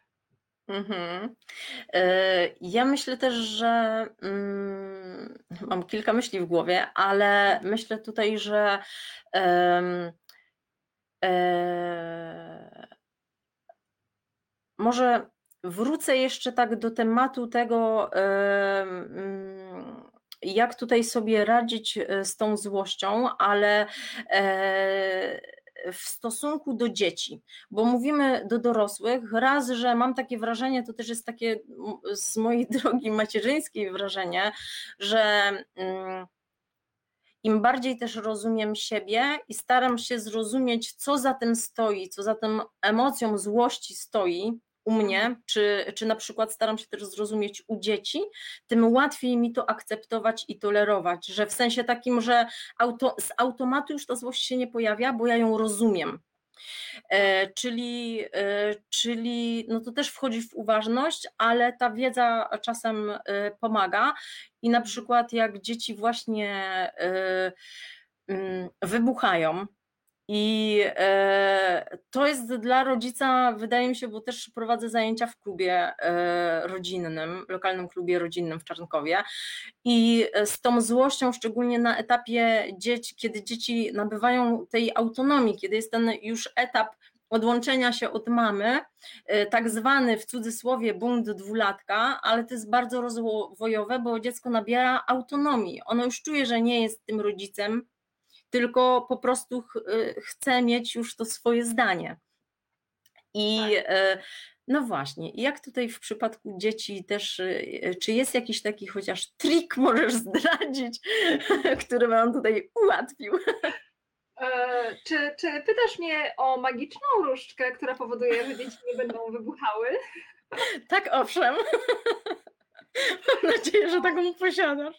Speaker 1: Mhm. E, Ja myślę też, że mm, mam kilka myśli w głowie, ale myślę tutaj, że em, e, może wrócę jeszcze tak do tematu tego, em, mm, jak tutaj sobie radzić e, z tą złością, ale e, w stosunku do dzieci, bo mówimy do dorosłych, raz, że mam takie wrażenie, to też jest takie m, z mojej drogi macierzyńskiej wrażenie, że mm, im bardziej też rozumiem siebie i staram się zrozumieć, co za tym stoi, co za tą emocją złości stoi u
Speaker 2: Mhm.
Speaker 1: mnie, czy, czy na przykład staram się też zrozumieć u dzieci, tym łatwiej mi to akceptować i tolerować, że w sensie takim, że auto, z automatu już ta złość się nie pojawia, bo ja ją rozumiem.
Speaker 2: Tak.
Speaker 1: E, czyli, e, czyli no to też wchodzi w uważność, ale ta wiedza czasem e, pomaga i na
Speaker 2: Mhm.
Speaker 1: przykład jak dzieci właśnie e, mm, wybuchają i e, to jest dla rodzica, wydaje mi się, bo też prowadzę zajęcia w klubie e, rodzinnym, lokalnym klubie rodzinnym w Czarnkowie i z tą złością, szczególnie na etapie dzieci, kiedy dzieci nabywają tej autonomii, kiedy jest ten już etap odłączenia się od mamy, y, tak zwany w cudzysłowie bunt dwulatka, ale to jest bardzo rozwojowe, bo dziecko nabiera autonomii. Ono już czuje, że nie jest tym rodzicem, tylko po prostu ch y, chce mieć już to swoje zdanie. I
Speaker 2: Tak.
Speaker 1: y, no właśnie, jak tutaj w przypadku dzieci też, y, czy jest jakiś taki chociaż trik możesz zdradzić, który wam tutaj ułatwił?
Speaker 2: Eee, czy czy pytasz mnie o magiczną różdżkę, która powoduje, że dzieci nie będą wybuchały?
Speaker 1: Tak, owszem. Mam nadzieję, że taką posiadasz.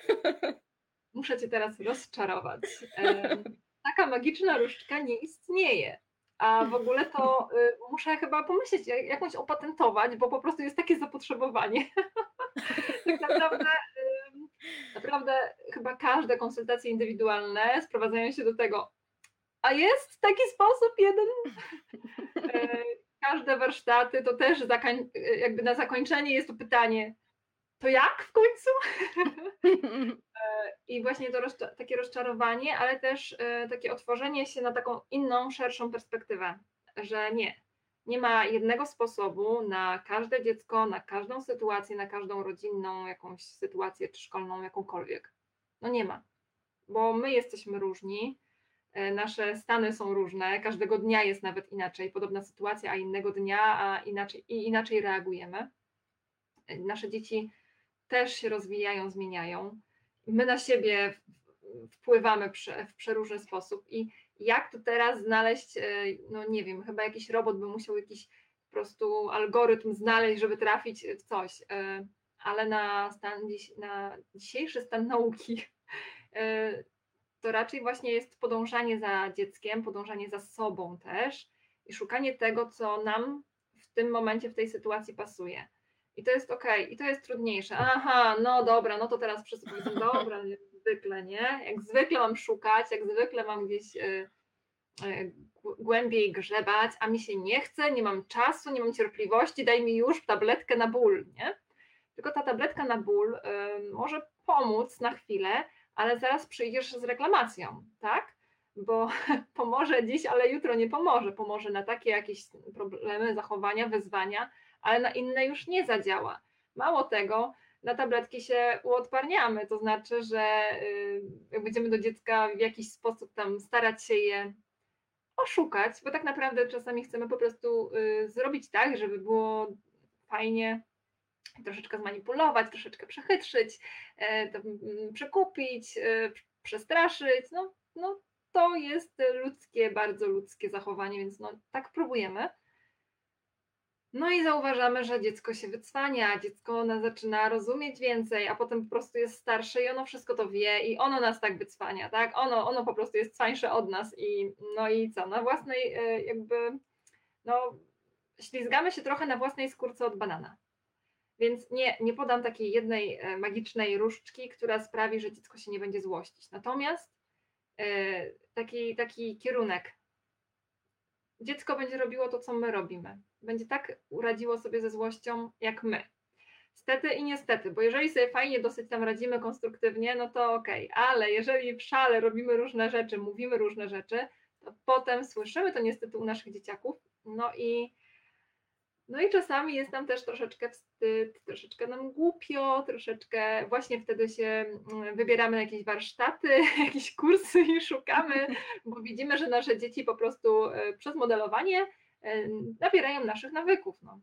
Speaker 2: Muszę cię teraz rozczarować. Em, taka magiczna różdżka nie istnieje. A w ogóle to, y, muszę chyba pomyśleć, jak jakąś opatentować, bo po prostu jest takie zapotrzebowanie. Tak naprawdę, ym, naprawdę chyba każde konsultacje indywidualne sprowadzają się do tego: „A jest taki sposób jeden?” Eee, każde warsztaty to też zakań y, jakby na zakończenie jest to pytanie: „To jak w końcu?” Eee, i właśnie to rozcza takie rozczarowanie, ale też, y, takie otworzenie się na taką inną, szerszą perspektywę, że nie, nie ma jednego sposobu na każde dziecko, na każdą sytuację, na każdą rodzinną jakąś sytuację czy szkolną, jakąkolwiek. No nie ma, bo my jesteśmy różni, y, nasze stany są różne, każdego dnia jest nawet inaczej, podobna sytuacja, a innego dnia, a inaczej i inaczej reagujemy. Y, nasze dzieci też się rozwijają, zmieniają. My na siebie w w wpływamy prze w przeróżny sposób i jak tu teraz znaleźć, y, no nie wiem, chyba jakiś robot by musiał jakiś po prostu algorytm znaleźć, żeby trafić w coś, y, ale na stan dziś na dzisiejszy stan nauki, y, to raczej właśnie jest podążanie za dzieckiem, podążanie za sobą też i szukanie tego, co nam w tym momencie, w tej sytuacji pasuje. I to jest okej, i to jest trudniejsze. Aha, no dobra, no to teraz wszyscy powiedzą: „Dobra, jak zwykle, nie? Jak zwykle mam szukać, jak zwykle mam gdzieś, y, y, głę głębiej grzebać, a mi się nie chce, nie mam czasu, nie mam cierpliwości, daj mi już tabletkę na ból”, nie? Tylko ta tabletka na ból, y, może pomóc na chwilę, ale zaraz przyjdziesz z reklamacją, tak? Bo pomoże dziś, ale jutro nie pomoże. Pomoże na takie jakieś problemy, zachowania, wyzwania, ale na inne już nie zadziała. Mało tego, na tabletki się uodparniamy, to znaczy, że, y, jak będziemy do dziecka w jakiś sposób tam starać się je oszukać, bo tak naprawdę czasami chcemy po prostu, y, zrobić tak, żeby było fajnie, troszeczkę zmanipulować, troszeczkę przechytrzyć, e, tam, mm, przekupić, y, przestraszyć, no no to jest ludzkie, bardzo ludzkie zachowanie, więc no tak próbujemy. No i zauważamy, że dziecko się wycwania, dziecko ono zaczyna rozumieć więcej, a potem po prostu jest starsze i ono wszystko to wie i ono nas tak wycwania, tak? Ono ono po prostu jest cwańsze od nas i no i co? Na własnej, y, jakby no ślizgamy się trochę na własnej skórce od banana. Więc nie, nie podam takiej jednej, e, magicznej różdżki, która sprawi, że dziecko się nie będzie złościć. Natomiast, y, taki taki kierunek. Dziecko będzie robiło to, co my robimy. Będzie tak radziło sobie ze złością, jak my. Stety i niestety, bo jeżeli sobie fajnie dosyć tam radzimy konstruktywnie, no to okej, ale jeżeli w szale robimy różne rzeczy, mówimy różne rzeczy, to potem słyszymy to niestety u naszych dzieciaków, no i no i czasami jest nam też troszeczkę wstyd, troszeczkę nam głupio, troszeczkę właśnie wtedy się, mm, wybieramy na jakieś warsztaty, jakieś kursy i szukamy, bo widzimy, że nasze dzieci po prostu, y, przez modelowanie, y, nabierają naszych nawyków, no.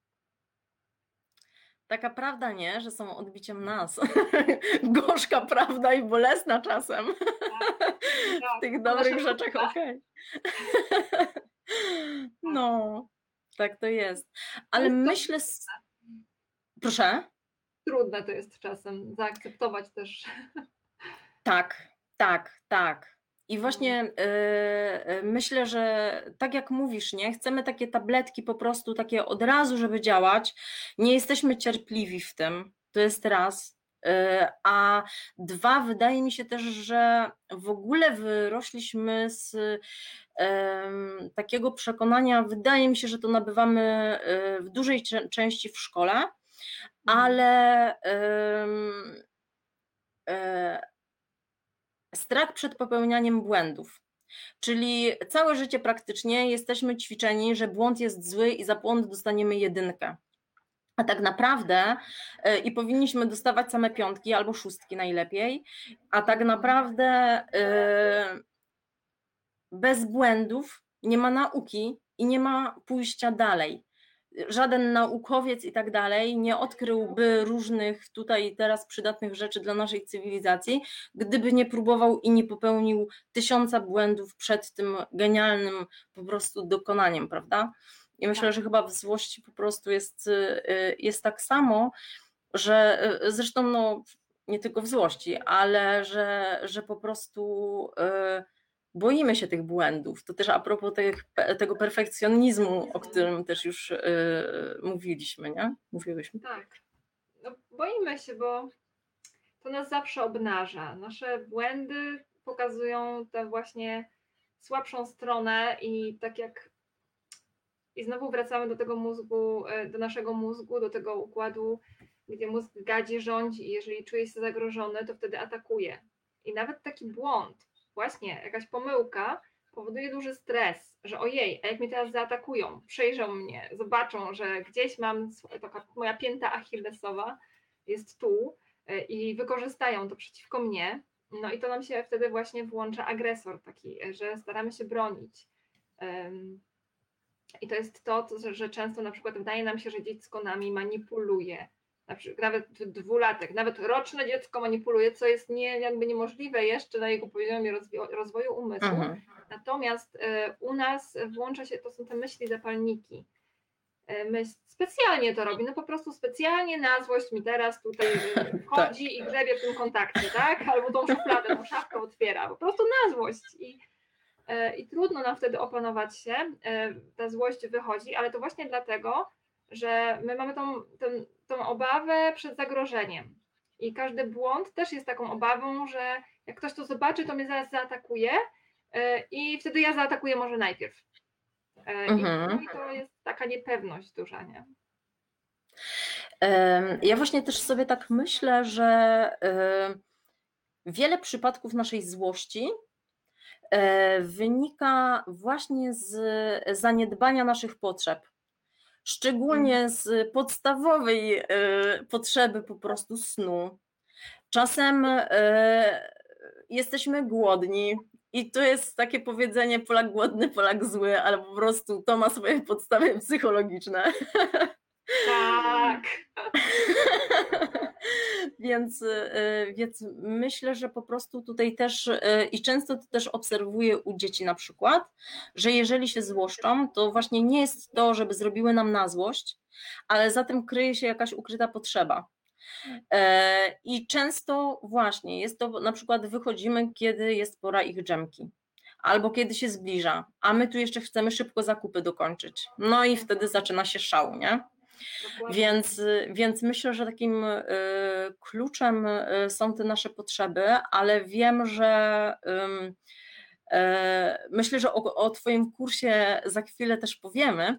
Speaker 1: Taka prawda, nie, że są odbiciem nas. Gorzka prawda i bolesna czasem.
Speaker 2: Tak,
Speaker 1: W
Speaker 2: tak,
Speaker 1: tych
Speaker 2: to nasze
Speaker 1: dobrych rzeczach
Speaker 2: uczucia.
Speaker 1: okej.
Speaker 2: Tak.
Speaker 1: No, tak to jest.
Speaker 2: To
Speaker 1: Ale
Speaker 2: jest to
Speaker 1: myślę s Proszę?
Speaker 2: trudne to jest czasem zaakceptować też.
Speaker 1: Tak, tak, tak. I
Speaker 2: No.
Speaker 1: właśnie, y, y, myślę, że tak jak mówisz, nie, chcemy takie tabletki po prostu takie od razu, żeby działać. Nie jesteśmy cierpliwi w tym, to jest raz. Y, a dwa, wydaje mi się też, że w ogóle wyrośliśmy z, em, takiego przekonania, wydaje mi się, że to nabywamy, y, w dużej czę części w szkole,
Speaker 2: Mhm.
Speaker 1: ale, ym, e strach przed popełnianiem błędów. Czyli całe życie praktycznie jesteśmy ćwiczeni, że błąd jest zły i za błąd dostaniemy jedynkę. A tak naprawdę y, i powinniśmy dostawać same piątki albo szóstki najlepiej, a tak naprawdę y, bez błędów nie ma nauki i nie ma pójścia dalej. Żaden naukowiec i tak dalej nie odkryłby różnych tutaj teraz przydatnych rzeczy dla naszej cywilizacji, gdyby nie próbował i nie popełnił tysiąca błędów przed tym genialnym po prostu dokonaniem, prawda? I myślę,
Speaker 2: Tak.
Speaker 1: że chyba w złości po prostu jest, y, jest tak samo, że y, zresztą no, nie tylko w złości, ale że, że po prostu y, boimy się tych błędów. To też a propos tych, tego perfekcjonizmu, o którym też już y, mówiliśmy, nie? Mówiłyśmy.
Speaker 2: Tak. No, boimy się, bo to nas zawsze obnaża. Nasze błędy pokazują tę właśnie słabszą stronę i tak jak i znowu wracamy do tego mózgu, e, do naszego mózgu, do tego układu, gdzie mózg gadzi, rządzi i jeżeli czuje się zagrożony, to wtedy atakuje. I nawet taki błąd, właśnie jakaś pomyłka powoduje duży stres, że ojej, a jak mnie teraz zaatakują, przejrzą mnie, zobaczą, że gdzieś mam, taka moja pięta achillesowa jest tu e, i wykorzystają to przeciwko mnie, no i to nam się wtedy właśnie włącza agresor taki, e, że staramy się bronić. Um, I to jest to, że, że często na przykład wydaje nam się, że dziecko nami manipuluje. Na przykład nawet dwulatek, nawet roczne dziecko manipuluje, co jest nie, jakby niemożliwe jeszcze na jego poziomie rozwoju, rozwoju umysłu.
Speaker 1: Mhm.
Speaker 2: Natomiast y, u nas włącza się, to są te myśli zapalniki. Y, my specjalnie to robi, no po prostu specjalnie na złość mi teraz tutaj y, chodzi i grzebie w tym kontakcie, tak? Albo tą szufladę, tą szafkę otwiera, po prostu na złość. I I trudno nam wtedy opanować się, ta złość wychodzi, ale to właśnie dlatego, że my mamy tą, tą, tą obawę przed zagrożeniem. I każdy błąd też jest taką obawą, że jak ktoś to zobaczy, to mnie zaraz zaatakuje i wtedy ja zaatakuję może najpierw.
Speaker 1: Mhm.
Speaker 2: I to jest taka niepewność duża, nie?
Speaker 1: Ja właśnie też sobie tak myślę, że wiele przypadków naszej złości wynika właśnie z zaniedbania naszych potrzeb. Szczególnie z podstawowej potrzeby po prostu snu. Czasem jesteśmy głodni i to jest takie powiedzenie Polak głodny, Polak zły, ale po prostu to ma swoje podstawy psychologiczne.
Speaker 2: Tak.
Speaker 1: Więc, więc myślę, że po prostu tutaj też i często to też obserwuję u dzieci na przykład, że jeżeli się złoszczą, to właśnie nie jest to, żeby zrobiły nam na złość, ale za tym kryje się jakaś ukryta potrzeba. I często właśnie jest to na przykład wychodzimy, kiedy jest pora ich dżemki. Albo kiedy się zbliża, a my tu jeszcze chcemy szybko zakupy dokończyć. No i wtedy zaczyna się szał, nie? Więc, więc myślę, że takim y, kluczem y, są te nasze potrzeby, ale wiem, że y, y, myślę, że o, o Twoim kursie za chwilę też powiemy.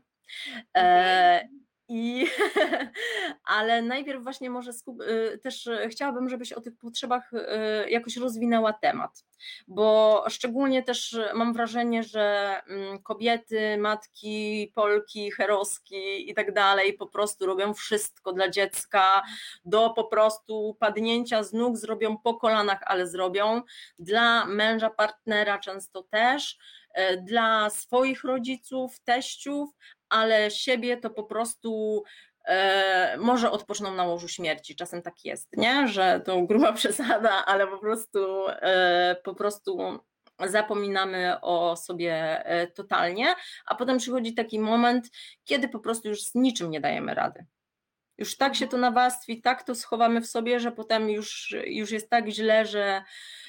Speaker 1: E, I, ale najpierw właśnie może skup, też chciałabym, żebyś o tych potrzebach jakoś rozwinęła temat, bo szczególnie też mam wrażenie, że kobiety, matki, Polki, heroski i tak dalej po prostu robią wszystko dla dziecka, do po prostu padnięcia z nóg, zrobią po kolanach, ale zrobią, dla męża, partnera często też, dla swoich rodziców, teściów, ale siebie to po prostu e, może odpoczną na łożu śmierci. Czasem tak jest, nie? Że to gruba przesada, ale po prostu, e, po prostu zapominamy o sobie e, totalnie, a potem przychodzi taki moment, kiedy po prostu już z niczym nie dajemy rady. Już tak się to nawarstwi, tak to schowamy w sobie, że potem już, już jest tak źle, że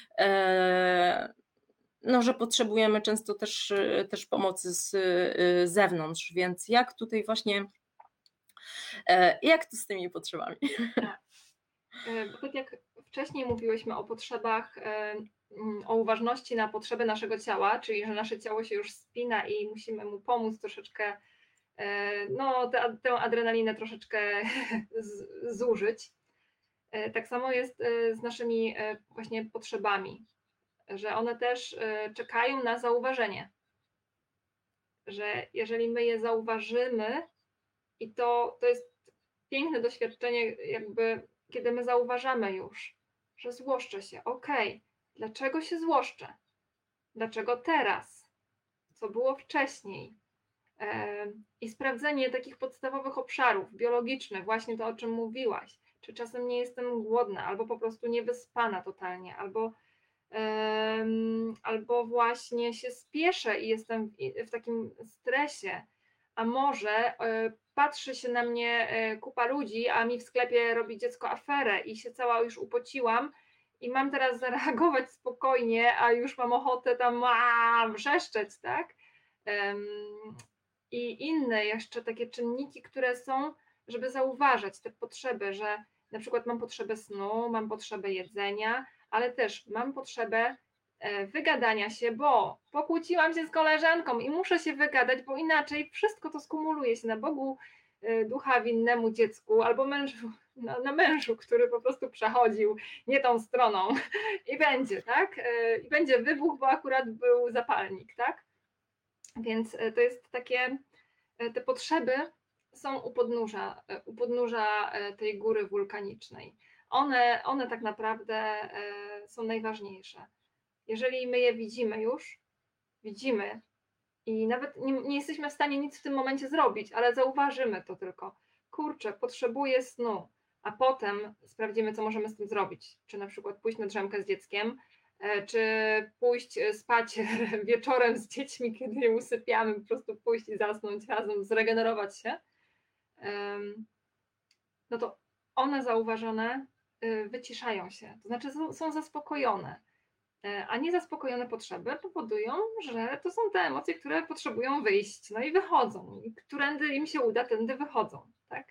Speaker 1: e, no, że potrzebujemy często też, też pomocy z zewnątrz, więc jak tutaj właśnie, jak to z tymi potrzebami?
Speaker 2: Tak. Bo tak jak wcześniej mówiłyśmy o potrzebach, o uważności na potrzeby naszego ciała, czyli że nasze ciało się już spina i musimy mu pomóc troszeczkę, no tę, tę adrenalinę troszeczkę zużyć. Tak samo jest z naszymi właśnie potrzebami. że one też y, czekają na zauważenie. Że jeżeli my je zauważymy, i to, to jest piękne doświadczenie, jakby kiedy my zauważamy już, że złoszczę się. Okej, okay, dlaczego się złoszczę? Dlaczego teraz? Co było wcześniej? I sprawdzenie takich podstawowych obszarów biologicznych, właśnie to, o czym mówiłaś. Czy czasem nie jestem głodna, albo po prostu niewyspana totalnie, albo, um, albo właśnie się spieszę i jestem w, w takim stresie, a może y, patrzy się na mnie y, kupa ludzi, a mi w sklepie robi dziecko aferę i się cała już upociłam i mam teraz zareagować spokojnie, a już mam ochotę tam a, wrzeszczeć, tak? Um, I inne jeszcze takie czynniki, które są, żeby zauważać te potrzeby, że na przykład mam potrzebę snu, mam potrzebę jedzenia, ale też mam potrzebę wygadania się, bo pokłóciłam się z koleżanką i muszę się wygadać, bo inaczej wszystko to skumuluje się na Bogu, ducha winnemu dziecku, albo mężu, na, na mężu, który po prostu przechodził nie tą stroną i będzie, tak? I będzie wybuch, bo akurat był zapalnik, tak? Więc to jest takie, te potrzeby są u podnóża, u podnóża tej góry wulkanicznej. One, one tak naprawdę są najważniejsze. Jeżeli my je widzimy już, widzimy i nawet nie, nie jesteśmy w stanie nic w tym momencie zrobić, ale zauważymy to tylko. Kurczę, potrzebuję snu, a potem sprawdzimy, co możemy z tym zrobić. Czy na przykład pójść na drzemkę z dzieckiem, czy pójść spać wieczorem z dziećmi, kiedy je usypiamy, po prostu pójść i zasnąć razem, zregenerować się. No to one zauważone wyciszają się, to znaczy są zaspokojone. A niezaspokojone potrzeby powodują, że to są te emocje, które potrzebują wyjść, no i wychodzą. I którędy im się uda, tędy wychodzą, tak?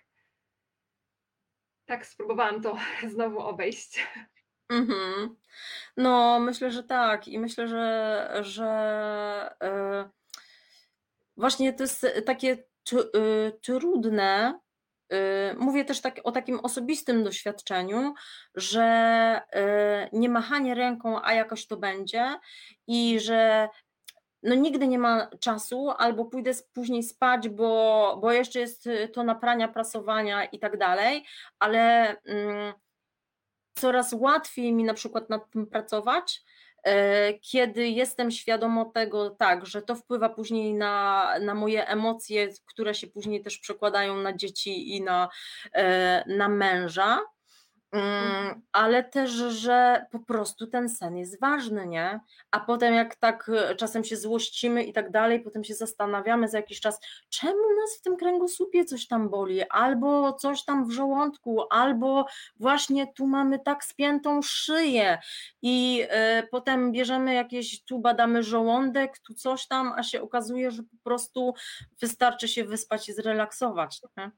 Speaker 2: Tak spróbowałam to znowu obejść.
Speaker 1: Mhm. No, myślę, że tak i myślę, że, że yy, właśnie to jest takie tr- yy, trudne. Mówię też tak, o takim osobistym doświadczeniu, że nie machanie ręką, a jakoś to będzie i że no nigdy nie ma czasu, albo pójdę później spać, bo, bo jeszcze jest to naprania, prasowania i tak dalej, ale mm, coraz łatwiej mi na przykład nad tym pracować, kiedy jestem świadoma tego, tak, że to wpływa później na, na moje emocje, które się później też przekładają na dzieci i na, na męża,
Speaker 2: Mhm.
Speaker 1: ale też, że po prostu ten sen jest ważny, nie? A potem jak tak czasem się złościmy i tak dalej, potem się zastanawiamy za jakiś czas, czemu nas w tym kręgosłupie coś tam boli, albo coś tam w żołądku, albo właśnie tu mamy tak spiętą szyję i y, potem bierzemy jakieś, tu badamy żołądek, tu coś tam, a się okazuje, że po prostu wystarczy się wyspać i zrelaksować, nie?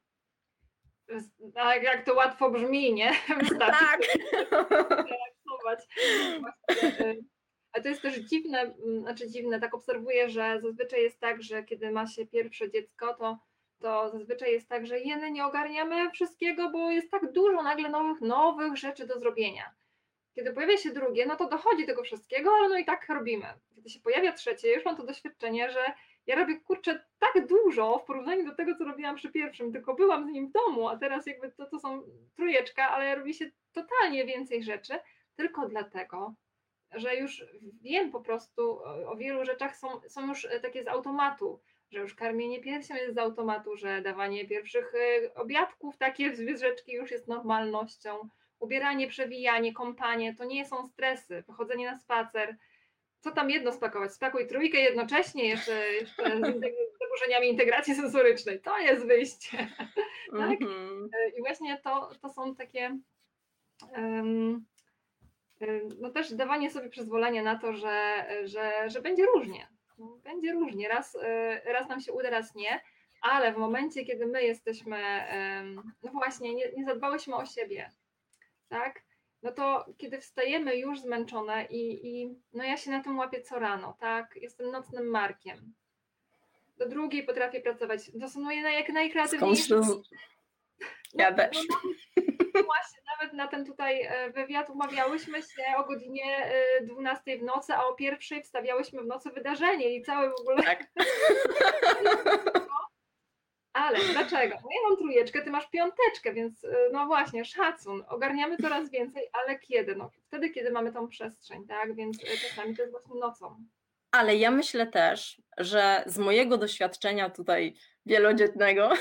Speaker 2: Tak, jak to łatwo brzmi, nie? Wystarczy
Speaker 1: Tak.
Speaker 2: relaksować. Właśnie, a to jest też dziwne, znaczy dziwne, tak obserwuję, że zazwyczaj jest tak, że kiedy ma się pierwsze dziecko, to, to zazwyczaj jest tak, że jeny nie ogarniamy wszystkiego, bo jest tak dużo nagle nowych, nowych rzeczy do zrobienia. Kiedy pojawia się drugie, no to dochodzi tego wszystkiego, ale no i tak robimy. Kiedy się pojawia trzecie, już mam to doświadczenie, że ja robię, kurczę, tak dużo w porównaniu do tego, co robiłam przy pierwszym, tylko byłam z nim w domu, a teraz jakby to, to są trójeczka, ale robi się totalnie więcej rzeczy, tylko dlatego, że już wiem po prostu o wielu rzeczach, są, są już takie z automatu, że już karmienie piersią jest z automatu, że dawanie pierwszych obiadków, takie zwierzeczki już jest normalnością, ubieranie, przewijanie, kąpanie, to nie są stresy, wychodzenie na spacer. Co tam jedno spakować? Spakuj trójkę jednocześnie, jeszcze, jeszcze z zaburzeniami integracji sensorycznej. To jest wyjście. Tak? I właśnie to, to są takie um, no też dawanie sobie przyzwolenia na to, że, że, że będzie różnie. Będzie różnie. Raz, raz nam się uda, raz nie, ale w momencie, kiedy my jesteśmy, no właśnie, nie, nie zadbałyśmy o siebie, tak? No to kiedy wstajemy już zmęczone i, i no ja się na tym łapię co rano, tak? Jestem nocnym markiem. Do drugiej potrafię pracować. To są moje jak najkreatywniejsze.
Speaker 1: Ja
Speaker 2: No, no
Speaker 1: też.
Speaker 2: nawet, no właśnie, nawet na ten tutaj e, wywiad umawiałyśmy się o godzinie e, dwunastej w nocy, a o pierwszej wstawiałyśmy w nocy wydarzenie i cały w ogóle.
Speaker 1: Tak.
Speaker 2: Ale dlaczego? No ja mam trójeczkę, ty masz piąteczkę, więc y, no właśnie, szacun. Ogarniamy coraz więcej, ale kiedy? No wtedy, kiedy mamy tą przestrzeń, tak? Więc y, czasami to jest właśnie nocą.
Speaker 1: Ale ja myślę też, że z mojego doświadczenia tutaj wielodzietnego,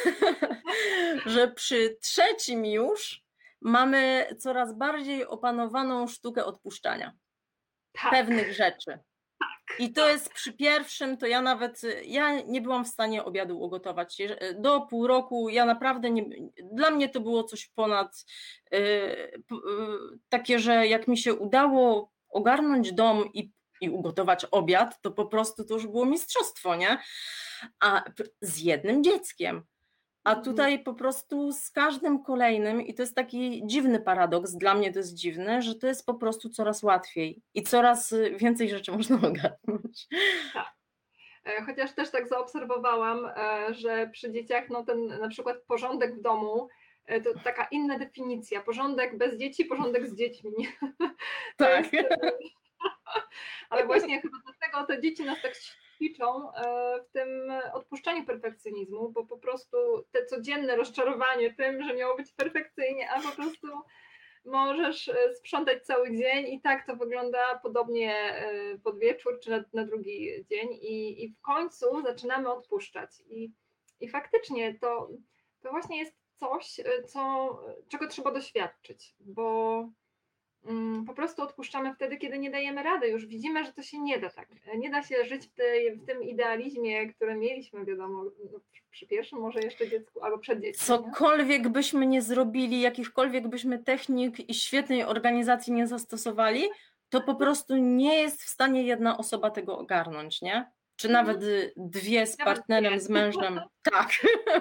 Speaker 1: że przy trzecim już mamy coraz bardziej opanowaną sztukę odpuszczania
Speaker 2: Tak,
Speaker 1: pewnych rzeczy. I to
Speaker 2: tak.
Speaker 1: jest przy pierwszym, to ja nawet, ja nie byłam w stanie obiadu ugotować. Jeż- Do pół roku ja naprawdę nie, dla mnie to było coś ponad yy, p- yy, takie, że jak mi się udało ogarnąć dom i, i ugotować obiad, to po prostu to już było mistrzostwo, nie? A p- z jednym dzieckiem. A
Speaker 2: Mhm.
Speaker 1: tutaj po prostu z każdym kolejnym, i to jest taki dziwny paradoks, dla mnie to jest dziwne, że to jest po prostu coraz łatwiej i coraz y, więcej rzeczy można ogarnąć.
Speaker 2: Tak. E, Chociaż też tak zaobserwowałam, e, że przy dzieciach no ten na przykład porządek w domu e, to taka inna definicja. Porządek bez dzieci, porządek z dziećmi. To
Speaker 1: Tak.
Speaker 2: jest, ale właśnie chyba dlatego te dzieci nas tak ćwiczą e, w tym odpuszczaniu perfekcjonizmu, bo po prostu te codzienne rozczarowanie tym, że miało być perfekcyjnie, a po prostu możesz e, sprzątać cały dzień i tak to wygląda podobnie e, pod wieczór czy na, na drugi dzień i, i w końcu zaczynamy odpuszczać i, i faktycznie to, to właśnie jest coś, e, co, czego trzeba doświadczyć, bo mm, po prostu odpuszczamy wtedy, kiedy nie dajemy rady, już widzimy, że to się nie da tak, nie da się żyć w, tej, w tym idealizmie, który mieliśmy, wiadomo, no, przy, przy pierwszym może jeszcze dziecku albo przed dziećmi, nie?
Speaker 1: Cokolwiek byśmy nie zrobili, jakichkolwiek byśmy technik i świetnej organizacji nie zastosowali, to po prostu nie jest w stanie jedna osoba tego ogarnąć, nie? Czy nawet y, dwie z
Speaker 2: Nawet
Speaker 1: partnerem,
Speaker 2: nie.
Speaker 1: z mężem. Tak.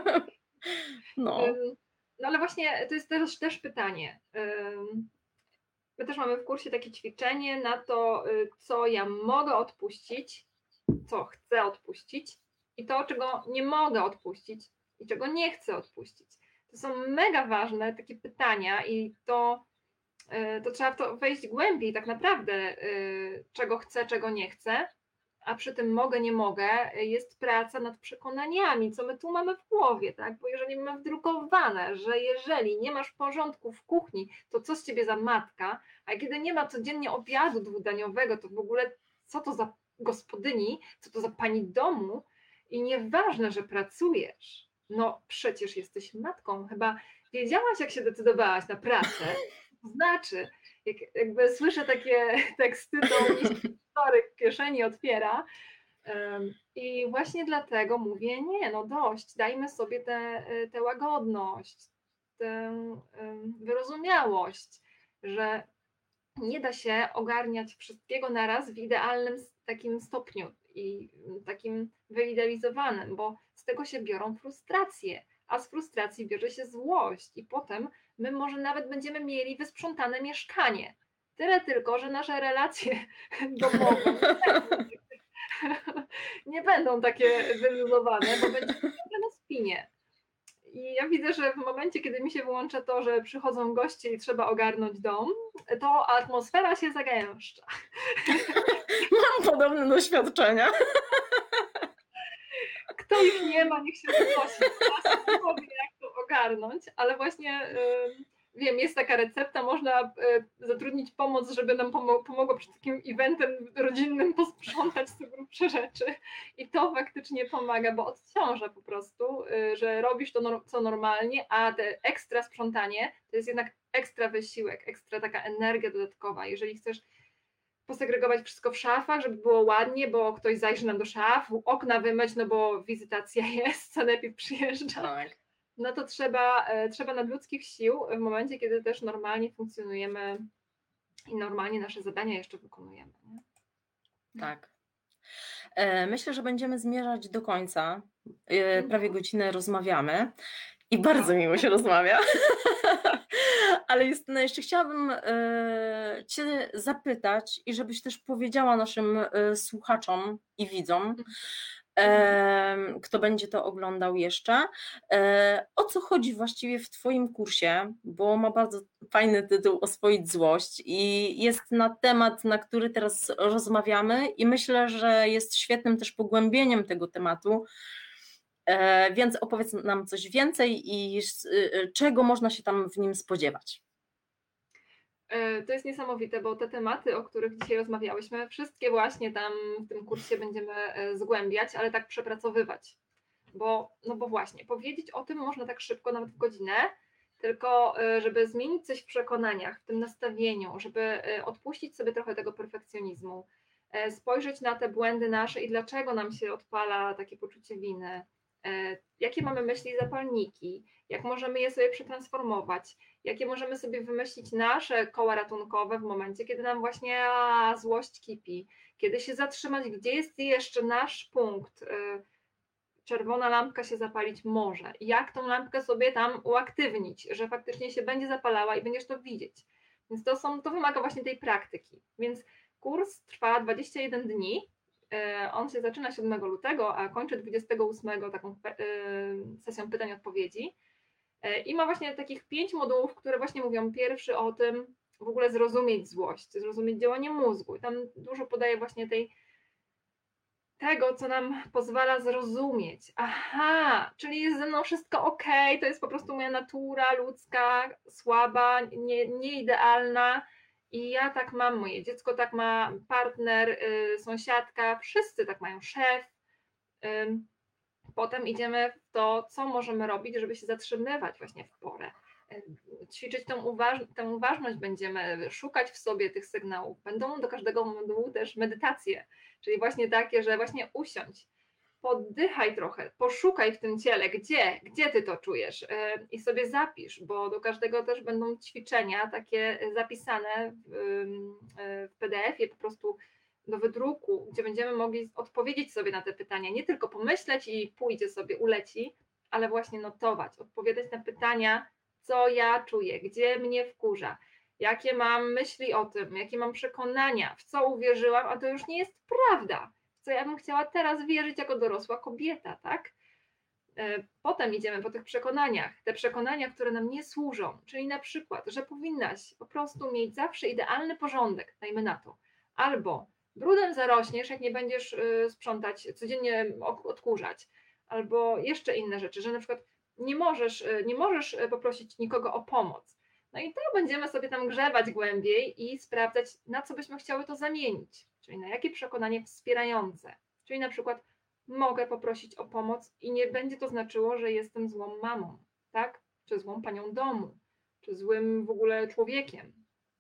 Speaker 1: No.
Speaker 2: Ym, No ale właśnie to jest też, też pytanie. Ym, My też mamy w kursie takie ćwiczenie na to, y, co ja mogę odpuścić, co chcę odpuścić i to, czego nie mogę odpuścić i czego nie chcę odpuścić. To są mega ważne takie pytania i to, y, to trzeba w to wejść głębiej tak naprawdę, y, czego chcę, czego nie chcę, a przy tym mogę, nie mogę, jest praca nad przekonaniami, co my tu mamy w głowie, tak? Bo jeżeli mamy wdrukowane, że jeżeli nie masz porządku w kuchni, to co z ciebie za matka, a kiedy nie ma codziennie obiadu dwudaniowego, to w ogóle co to za gospodyni, co to za pani domu i nieważne, że pracujesz, no przecież jesteś matką, chyba wiedziałaś, jak się decydowałaś na pracę, to znaczy, jak, jakby słyszę takie teksty, to mi się historyk w kieszeni otwiera. I właśnie dlatego mówię, nie, no dość, dajmy sobie tę te łagodność, tę wyrozumiałość, że nie da się ogarniać wszystkiego naraz w idealnym takim stopniu i takim wyidealizowanym, bo z tego się biorą frustracje, a z frustracji bierze się złość i potem my może nawet będziemy mieli wysprzątane mieszkanie. Tyle tylko, że nasze relacje domowe nie będą takie wyluzowane, bo będzie ciągle na spinie. I ja widzę, że w momencie, kiedy mi się wyłącza to, że przychodzą goście i trzeba ogarnąć dom, to atmosfera się zagęszcza.
Speaker 1: Mam podobne doświadczenia.
Speaker 2: Kto ich nie ma, niech się zgłosi. Ja powie, jak to ogarnąć, ale właśnie wiem, jest taka recepta, można zatrudnić pomoc, żeby nam pomogło przed takim eventem rodzinnym posprzątać te grubsze rzeczy i to faktycznie pomaga, bo odciąża po prostu, że robisz to co normalnie, a te ekstra sprzątanie to jest jednak ekstra wysiłek, ekstra taka energia dodatkowa. Jeżeli chcesz posegregować wszystko w szafach, żeby było ładnie, bo ktoś zajrzy nam do szaf, okna wymyć, no bo wizytacja jest, co najpierw przyjeżdża. Tak. No to trzeba, trzeba nadludzkich sił w momencie, kiedy też normalnie funkcjonujemy i normalnie nasze zadania jeszcze wykonujemy. Nie?
Speaker 1: Tak. Myślę, że będziemy zmierzać do końca. Prawie godzinę rozmawiamy i bardzo miło się rozmawia. Ale Justyna, jeszcze chciałabym Cię zapytać i żebyś też powiedziała naszym słuchaczom i widzom,
Speaker 2: Mhm.
Speaker 1: em, kto będzie to oglądał jeszcze. E, o co chodzi właściwie w Twoim kursie? Bo ma bardzo fajny tytuł Oswoić złość i jest na temat, na który teraz rozmawiamy i myślę, że jest świetnym też pogłębieniem tego tematu. E, więc opowiedz nam coś więcej i s- y, y, czego można się tam w nim spodziewać.
Speaker 2: E, To jest niesamowite, bo te tematy, o których dzisiaj rozmawiałyśmy, wszystkie właśnie tam w tym kursie będziemy e, zgłębiać, ale tak przepracowywać. Bo, no bo właśnie, powiedzieć o tym można tak szybko, nawet w godzinę, tylko e, żeby zmienić coś w przekonaniach, w tym nastawieniu, żeby e, odpuścić sobie trochę tego perfekcjonizmu, e, spojrzeć na te błędy nasze i dlaczego nam się odpala takie poczucie winy, e, jakie mamy myśli i zapalniki, jak możemy je sobie przetransformować, jakie możemy sobie wymyślić nasze koła ratunkowe w momencie, kiedy nam właśnie a, złość kipi, kiedy się zatrzymać, gdzie jest jeszcze nasz punkt, y, czerwona lampka się zapalić może. Jak tą lampkę sobie tam uaktywnić, że faktycznie się będzie zapalała i będziesz to widzieć. Więc to, są, to wymaga właśnie tej praktyki. Więc kurs trwa dwadzieścia jeden dni. Y, On się zaczyna siódmego lutego, a kończy dwudziestego ósmego taką y, sesją pytań-odpowiedzi. E, I ma właśnie takich pięć modułów, które właśnie mówią pierwszy o tym, w ogóle zrozumieć złość, zrozumieć działanie mózgu. I tam dużo podaje właśnie tej, tego, co nam pozwala zrozumieć. Aha, czyli jest ze mną wszystko ok, to jest po prostu moja natura ludzka, słaba, nie, nieidealna. I ja tak mam, moje dziecko tak ma, partner, y, sąsiadka, wszyscy tak mają, szef. Y, Potem idziemy w to, co możemy robić, żeby się zatrzymywać właśnie w porę. Ćwiczyć tą, uważ tę uważność będziemy, szukać w sobie tych sygnałów. Będą do każdego modułu też medytacje, czyli właśnie takie, że właśnie usiądź, poddychaj trochę, poszukaj w tym ciele, gdzie, gdzie ty to czujesz i sobie zapisz, bo do każdego też będą ćwiczenia takie zapisane w, w P D F-ie po prostu do wydruku, gdzie będziemy mogli odpowiedzieć sobie na te pytania, nie tylko pomyśleć i pójdzie sobie, uleci, ale właśnie notować, odpowiadać na pytania, co ja czuję, gdzie mnie wkurza, jakie mam myśli o tym, jakie mam przekonania, w co uwierzyłam, a to już nie jest prawda, w co ja bym chciała teraz wierzyć jako dorosła kobieta, tak? Potem idziemy po tych przekonaniach, te przekonania, które nam nie służą, czyli na przykład, że powinnaś po prostu mieć zawsze idealny porządek, dajmy na to, albo brudem zarośniesz, jak nie będziesz sprzątać, codziennie odkurzać, albo jeszcze inne rzeczy, że na przykład nie możesz, nie możesz poprosić nikogo o pomoc. No i to będziemy sobie tam grzebać głębiej i sprawdzać, na co byśmy chciały to zamienić, czyli na jakie przekonanie wspierające, czyli na przykład mogę poprosić o pomoc i nie będzie to znaczyło, że jestem złą mamą, tak? Czy złą panią domu, czy złym w ogóle człowiekiem.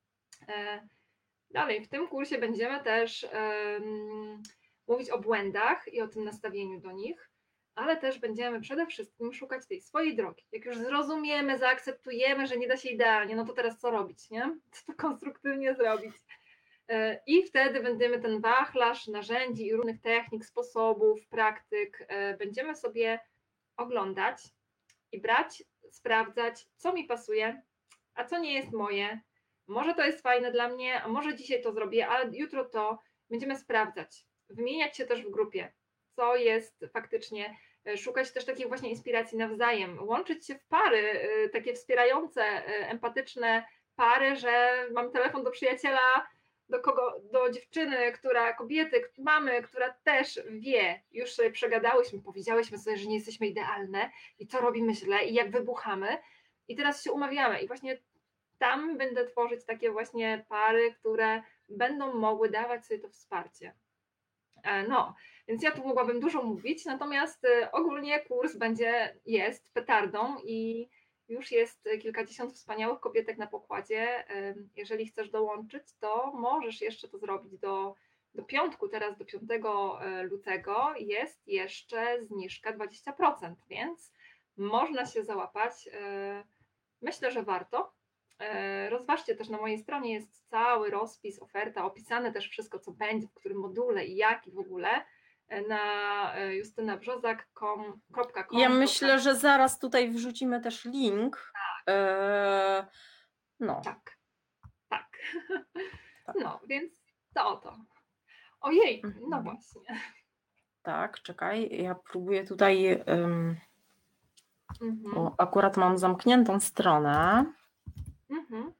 Speaker 2: Dalej, w tym kursie będziemy też um, mówić o błędach i o tym nastawieniu do nich, ale też będziemy przede wszystkim szukać tej swojej drogi. Jak już zrozumiemy, zaakceptujemy, że nie da się idealnie, no to teraz co robić, nie? Co to konstruktywnie zrobić? I wtedy będziemy ten wachlarz narzędzi i różnych technik, sposobów, praktyk będziemy sobie oglądać i brać, sprawdzać, co mi pasuje, a co nie jest moje. Może to jest fajne dla mnie, a może dzisiaj to zrobię, ale jutro to będziemy sprawdzać. Wymieniać się też w grupie, co jest faktycznie, szukać też takich właśnie inspiracji nawzajem, łączyć się w pary, takie wspierające, empatyczne pary, że mam telefon do przyjaciela, do kogo, do dziewczyny, która, kobiety, mamy, która też wie, już sobie przegadałyśmy, powiedziałyśmy sobie, że nie jesteśmy idealne i co robimy źle i jak wybuchamy i teraz się umawiamy i właśnie tam będę tworzyć takie właśnie pary, które będą mogły dawać sobie to wsparcie. No, więc ja tu mogłabym dużo mówić, natomiast ogólnie kurs będzie, jest petardą i już jest kilkadziesiąt wspaniałych kobietek na pokładzie. Jeżeli chcesz dołączyć, to możesz jeszcze to zrobić do, do piątku, teraz do piątego lutego jest jeszcze zniżka dwadzieścia procent, więc można się załapać. Myślę, że warto. Rozważcie też, na mojej stronie jest cały rozpis, oferta, opisane też wszystko, co będzie, w którym module i jak i w ogóle na justynabrzozak kropka com.
Speaker 1: Ja myślę, że zaraz tutaj wrzucimy też link. E, no.
Speaker 2: Tak, tak.
Speaker 1: Tak.
Speaker 2: No, więc to oto. Ojej, no
Speaker 1: Mhm.
Speaker 2: właśnie.
Speaker 1: tak, czekaj, ja próbuję tutaj, ym,
Speaker 2: Mhm.
Speaker 1: o, akurat mam zamkniętą stronę.
Speaker 2: Mhm.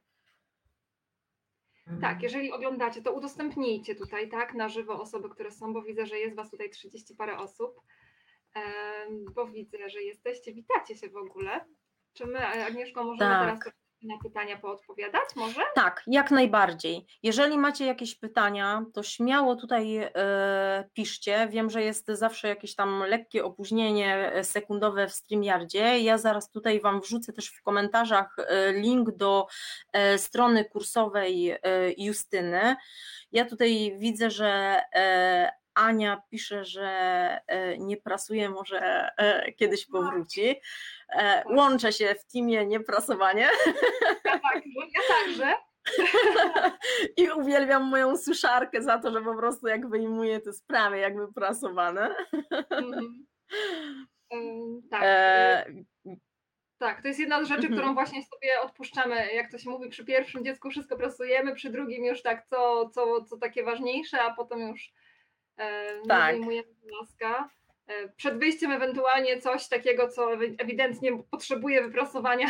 Speaker 2: Tak,
Speaker 1: Ym,
Speaker 2: jeżeli oglądacie, to udostępnijcie tutaj, tak, na żywo osoby, które są, bo widzę, że jest was tutaj trzydzieści parę osób, em, bo widzę, że jesteście, witacie się w ogóle. Czy my, e, Agnieszko, możemy teraz
Speaker 1: tak.
Speaker 2: troszkę na pytania poodpowiadać, może?
Speaker 1: Tak, jak najbardziej. Jeżeli macie jakieś pytania, to śmiało tutaj e, piszcie. Wiem, że jest zawsze jakieś tam lekkie opóźnienie e, sekundowe w StreamYardzie. Ja zaraz tutaj Wam wrzucę też w komentarzach e, link do e, strony kursowej e, Justyny. Ja tutaj widzę, że e, Ania pisze, że e, nie prasuje, może e, kiedyś
Speaker 2: Tak,
Speaker 1: powróci. E,
Speaker 2: tak.
Speaker 1: Łączę się w teamie nieprasowanie.
Speaker 2: Ja także, ja także.
Speaker 1: I uwielbiam moją suszarkę za to, że po prostu jak wyjmuję te sprawy jakby prasowane.
Speaker 2: Mhm. Ym, tak, y,
Speaker 1: E,
Speaker 2: tak, to jest jedna z rzeczy, którą
Speaker 1: mhm,
Speaker 2: właśnie sobie odpuszczamy, jak to się mówi, przy pierwszym dziecku wszystko pracujemy, przy drugim już tak, co, co, co takie ważniejsze, a potem już e, nie
Speaker 1: tak,
Speaker 2: wyjmujemy blaska. E, Przed wyjściem ewentualnie coś takiego, co ewi- ewidentnie potrzebuje wyprasowania.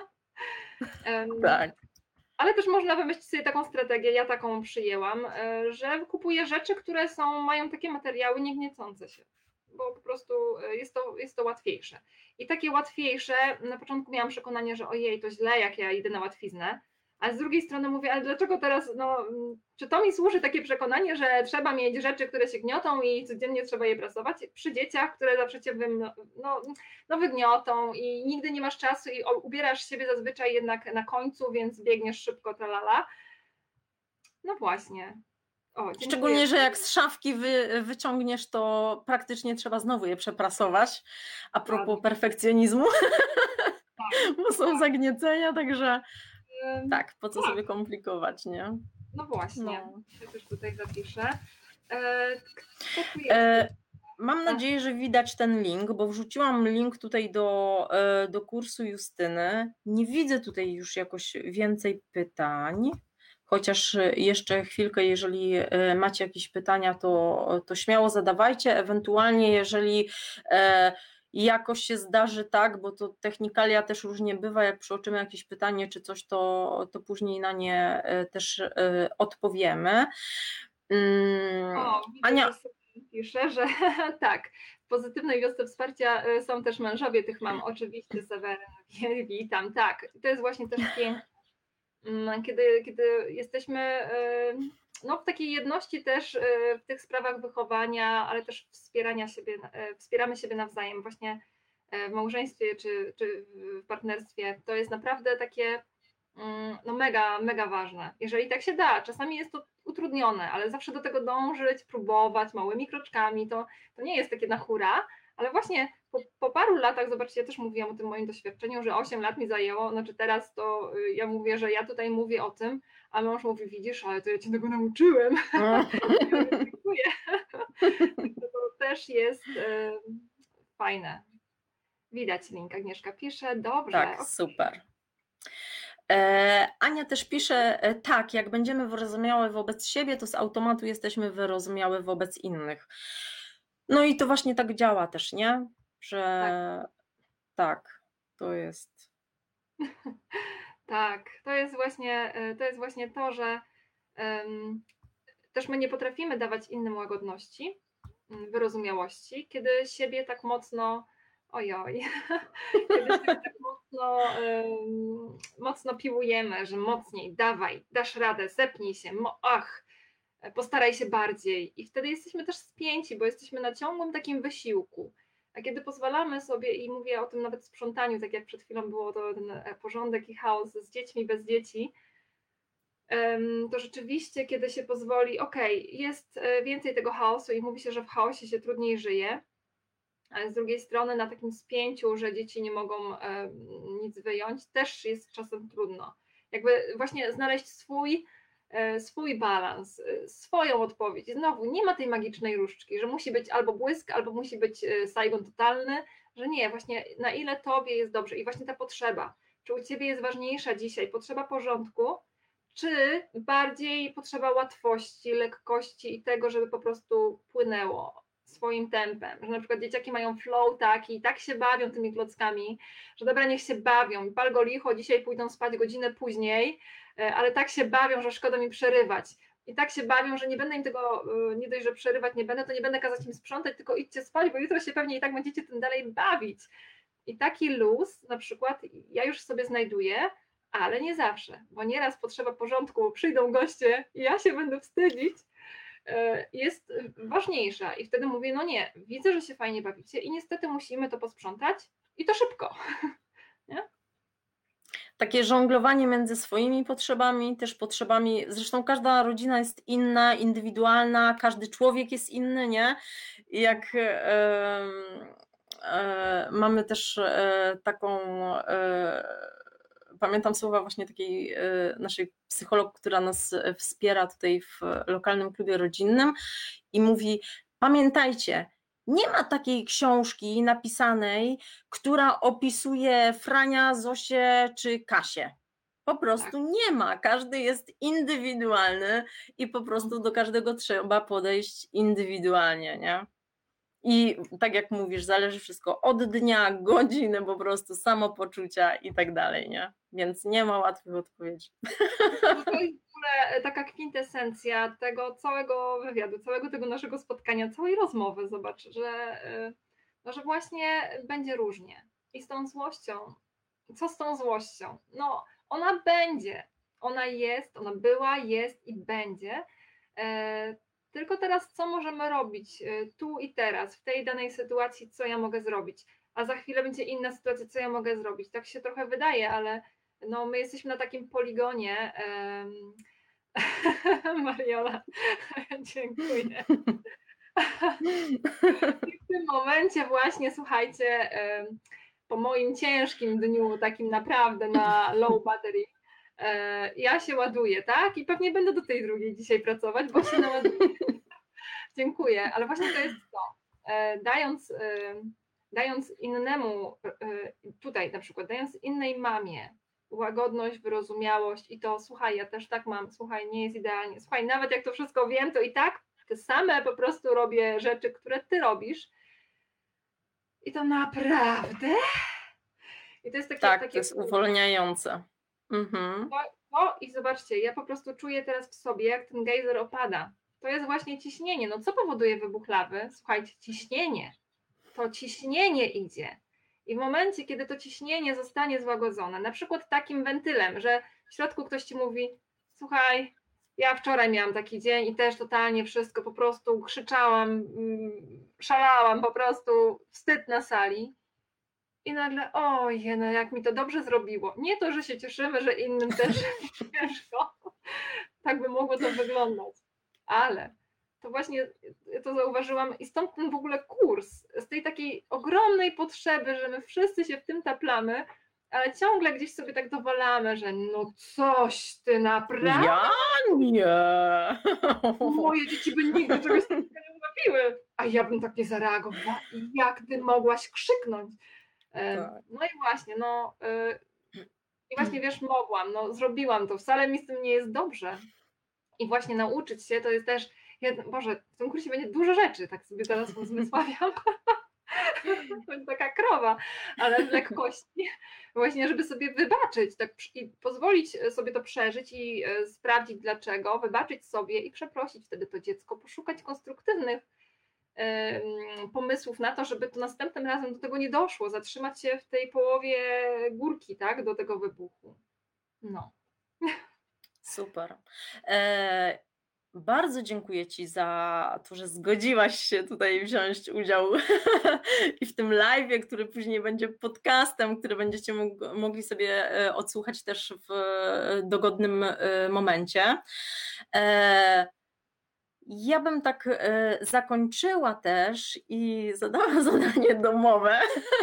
Speaker 2: Em,
Speaker 1: tak.
Speaker 2: Ale też można wymyślić sobie taką strategię, ja taką przyjęłam, e, że kupuję rzeczy, które są, mają takie materiały niegniecące się, bo po prostu e, jest to, jest to łatwiejsze. I takie łatwiejsze, na początku miałam przekonanie, że ojej, to źle, jak ja idę na łatwiznę, a z drugiej strony mówię, ale dlaczego teraz, no, mm, czy to mi służy takie przekonanie, że trzeba mieć rzeczy, które się gniotą i codziennie trzeba je prasować przy dzieciach, które zawsze cię wym, no, no wygniotą i nigdy nie masz czasu i ubierasz siebie zazwyczaj jednak na końcu, więc biegniesz szybko, tralala. No właśnie. O, dziękuję.
Speaker 1: Szczególnie, że jak z szafki wy, wyciągniesz, to praktycznie trzeba znowu je przeprasować. A propos
Speaker 2: Dokładnie.
Speaker 1: perfekcjonizmu,
Speaker 2: Tak,
Speaker 1: bo są
Speaker 2: tak.
Speaker 1: zagniecenia, także
Speaker 2: Ym,
Speaker 1: tak, po co
Speaker 2: tak,
Speaker 1: sobie komplikować, nie?
Speaker 2: no właśnie.
Speaker 1: No.
Speaker 2: Ja też tutaj zapiszę. E, kto tu jest?
Speaker 1: E, Mam
Speaker 2: A,
Speaker 1: nadzieję, że widać ten link, bo wrzuciłam link tutaj do, e, do kursu Justyny. Nie widzę tutaj już jakoś więcej pytań, chociaż jeszcze chwilkę, jeżeli e, macie jakieś pytania, to, to śmiało zadawajcie. Ewentualnie, jeżeli e, jakoś się zdarzy tak, bo to technikalia też różnie bywa, jak przeoczymy jakieś pytanie czy coś, to, to później na nie e, też e, odpowiemy. Mm,
Speaker 2: o, widzę, że
Speaker 1: Ania,
Speaker 2: sobie pisze, że tak. W pozytywnej wiosce wsparcia y, są też mężowie tych mam. Oczywiście, Seweryn, witam. Tak, to jest właśnie też piękne. Mm, Kiedy, kiedy jesteśmy y, no, w takiej jedności też y, w tych sprawach wychowania, ale też wspierania siebie, y, wspieramy siebie nawzajem, właśnie y, w małżeństwie czy, czy w partnerstwie, to jest naprawdę takie mm, no mega, mega ważne. Jeżeli tak się da, czasami jest to utrudnione, ale zawsze do tego dążyć, próbować małymi kroczkami, to, to nie jest takie na hura, ale właśnie po, po paru latach, zobaczcie, ja też mówiłam o tym moim doświadczeniu, że osiem lat mi zajęło, znaczy teraz to y, ja mówię, że ja tutaj mówię o tym, a mąż mówi, widzisz, ale to ja cię tego nauczyłem. Ja mówię, dziękuję. To, to też jest y, fajne. Widać link, Agnieszka pisze, dobrze,
Speaker 1: tak, super. E, Ania też pisze, e, tak, jak będziemy wyrozumiałe wobec siebie, to z automatu jesteśmy wyrozumiałe wobec innych. No i to właśnie tak działa też, nie?
Speaker 2: tak.
Speaker 1: Że tak, to jest.
Speaker 2: Tak, to jest właśnie, e, to jest właśnie to, że um, też my nie potrafimy dawać innym łagodności, mm, wyrozumiałości, kiedy siebie tak mocno, ojoj, kiedy siebie tak mocno, um, mocno piłujemy, że mocniej, dawaj, dasz radę, zepnij się, mo, ach, postaraj się bardziej. I wtedy jesteśmy też spięci, bo jesteśmy na ciągłym takim wysiłku. A kiedy pozwalamy sobie, i mówię o tym nawet w sprzątaniu, tak jak przed chwilą było to ten e, porządek i chaos z dziećmi, bez dzieci, to rzeczywiście, kiedy się pozwoli, okej, okay, jest e, więcej tego chaosu i mówi się, że w chaosie się trudniej żyje, ale z drugiej strony na takim spięciu, że dzieci nie mogą e, nic wyjąć, też jest czasem trudno. Jakby właśnie znaleźć swój, e, swój balans, e, swoją odpowiedź. Znowu, nie ma tej magicznej różdżki, że musi być albo błysk, albo musi być e, Saigon totalny, że nie, właśnie na ile tobie jest dobrze i właśnie ta potrzeba. Czy u ciebie jest ważniejsza dzisiaj potrzeba porządku, czy bardziej potrzeba łatwości, lekkości i tego, żeby po prostu płynęło. swoim tempem, że na przykład dzieciaki mają flow taki i tak się bawią tymi klockami, że dobra, niech się bawią, pal go licho, dzisiaj pójdą spać godzinę później, ale tak się bawią, że szkoda mi przerywać. I tak się bawią, że nie będę im tego, nie dość, że przerywać nie będę, to nie będę kazać im sprzątać, tylko idźcie spać, bo jutro się pewnie i tak będziecie tym dalej bawić. I taki luz na przykład ja już sobie znajduję, ale nie zawsze, bo nieraz potrzeba porządku, przyjdą goście i ja się będę wstydzić, jest ważniejsza i wtedy mówię, no nie, widzę, że się fajnie bawicie i niestety musimy to posprzątać i to szybko. Nie?
Speaker 1: Takie żonglowanie między swoimi potrzebami, też potrzebami, zresztą każda rodzina jest inna, indywidualna, każdy człowiek jest inny, nie? I jak e, e, mamy też e, taką, e, pamiętam słowa właśnie takiej e, naszej psycholog, która nas wspiera tutaj w lokalnym klubie rodzinnym i mówi, pamiętajcie, nie ma takiej książki napisanej, która opisuje Frania, Zosię czy Kasię. Po prostu nie ma. Każdy jest indywidualny i po prostu do każdego trzeba podejść indywidualnie, nie? I tak jak mówisz, zależy wszystko od dnia, godziny, po prostu samopoczucia i tak dalej, nie? Więc nie ma łatwych odpowiedzi.
Speaker 2: No to jest w ogóle taka kwintesencja tego całego wywiadu, całego tego naszego spotkania, całej rozmowy. Zobacz, że, no, że właśnie będzie różnie. I z tą złością, co z tą złością? No, ona będzie, ona jest, ona była, jest i będzie. E, tylko teraz co możemy robić tu i teraz, w tej danej sytuacji, co ja mogę zrobić? A za chwilę będzie inna sytuacja, co ja mogę zrobić? Tak się trochę wydaje, ale no my jesteśmy na takim poligonie. Um, Mariola, dziękuję. I w tym momencie właśnie, słuchajcie, um, po moim ciężkim dniu, takim naprawdę na low battery, um, ja się ładuję, tak? I pewnie będę do tej drugiej dzisiaj pracować, bo się naładuję. Dziękuję, ale właśnie to jest to. Um, dając, um, dając innemu, um, tutaj na przykład, dając innej mamie łagodność, wyrozumiałość i to, słuchaj, ja też tak mam, słuchaj, nie jest idealnie, słuchaj, nawet jak to wszystko wiem, to i tak te same po prostu robię rzeczy, które ty robisz i to naprawdę i to jest takie...
Speaker 1: Tak,
Speaker 2: takie...
Speaker 1: to jest uwolniające. Mhm.
Speaker 2: No, no i zobaczcie, ja po prostu czuję teraz w sobie, jak ten gejzer opada. To jest właśnie ciśnienie. No co powoduje wybuch lawy? Słuchajcie, ciśnienie. To ciśnienie idzie. I w momencie, kiedy to ciśnienie zostanie złagodzone, na przykład takim wentylem, że w środku ktoś ci mówi, słuchaj, ja wczoraj miałam taki dzień i też totalnie wszystko, po prostu krzyczałam, szalałam, po prostu wstyd na sali. I nagle, ojej, no jak mi to dobrze zrobiło. Nie to, że się cieszymy, że innym też ciężko. Tak by mogło to wyglądać. Ale to właśnie to zauważyłam i stąd ten w ogóle kurs, z tej takiej ogromnej potrzeby, że my wszyscy się w tym taplamy, ale ciągle gdzieś sobie tak dowalamy, że no coś ty naprawdę...
Speaker 1: Ja nie!
Speaker 2: Moje dzieci by nigdy czegoś takiego nie zrobiły, a ja bym tak nie zareagowała. Jak ty mogłaś krzyknąć? Tak. No i właśnie, no i właśnie wiesz, mogłam, no zrobiłam to, wcale mi z tym nie jest dobrze. I właśnie nauczyć się, to jest też, Boże, w tym kursie będzie dużo rzeczy, tak sobie teraz uzmysławiam. Taka krowa, ale w lekkości, właśnie żeby sobie wybaczyć tak, i pozwolić sobie to przeżyć i sprawdzić dlaczego, wybaczyć sobie i przeprosić wtedy to dziecko, poszukać konstruktywnych um, pomysłów na to, żeby to następnym razem do tego nie doszło, zatrzymać się w tej połowie górki, tak, do tego wybuchu. No.
Speaker 1: Super. E, bardzo dziękuję Ci za to, że zgodziłaś się tutaj wziąć udział i w tym live'ie, który później będzie podcastem, który będziecie mogli sobie odsłuchać też w dogodnym momencie. E, ja bym tak zakończyła też i zadała zadanie domowe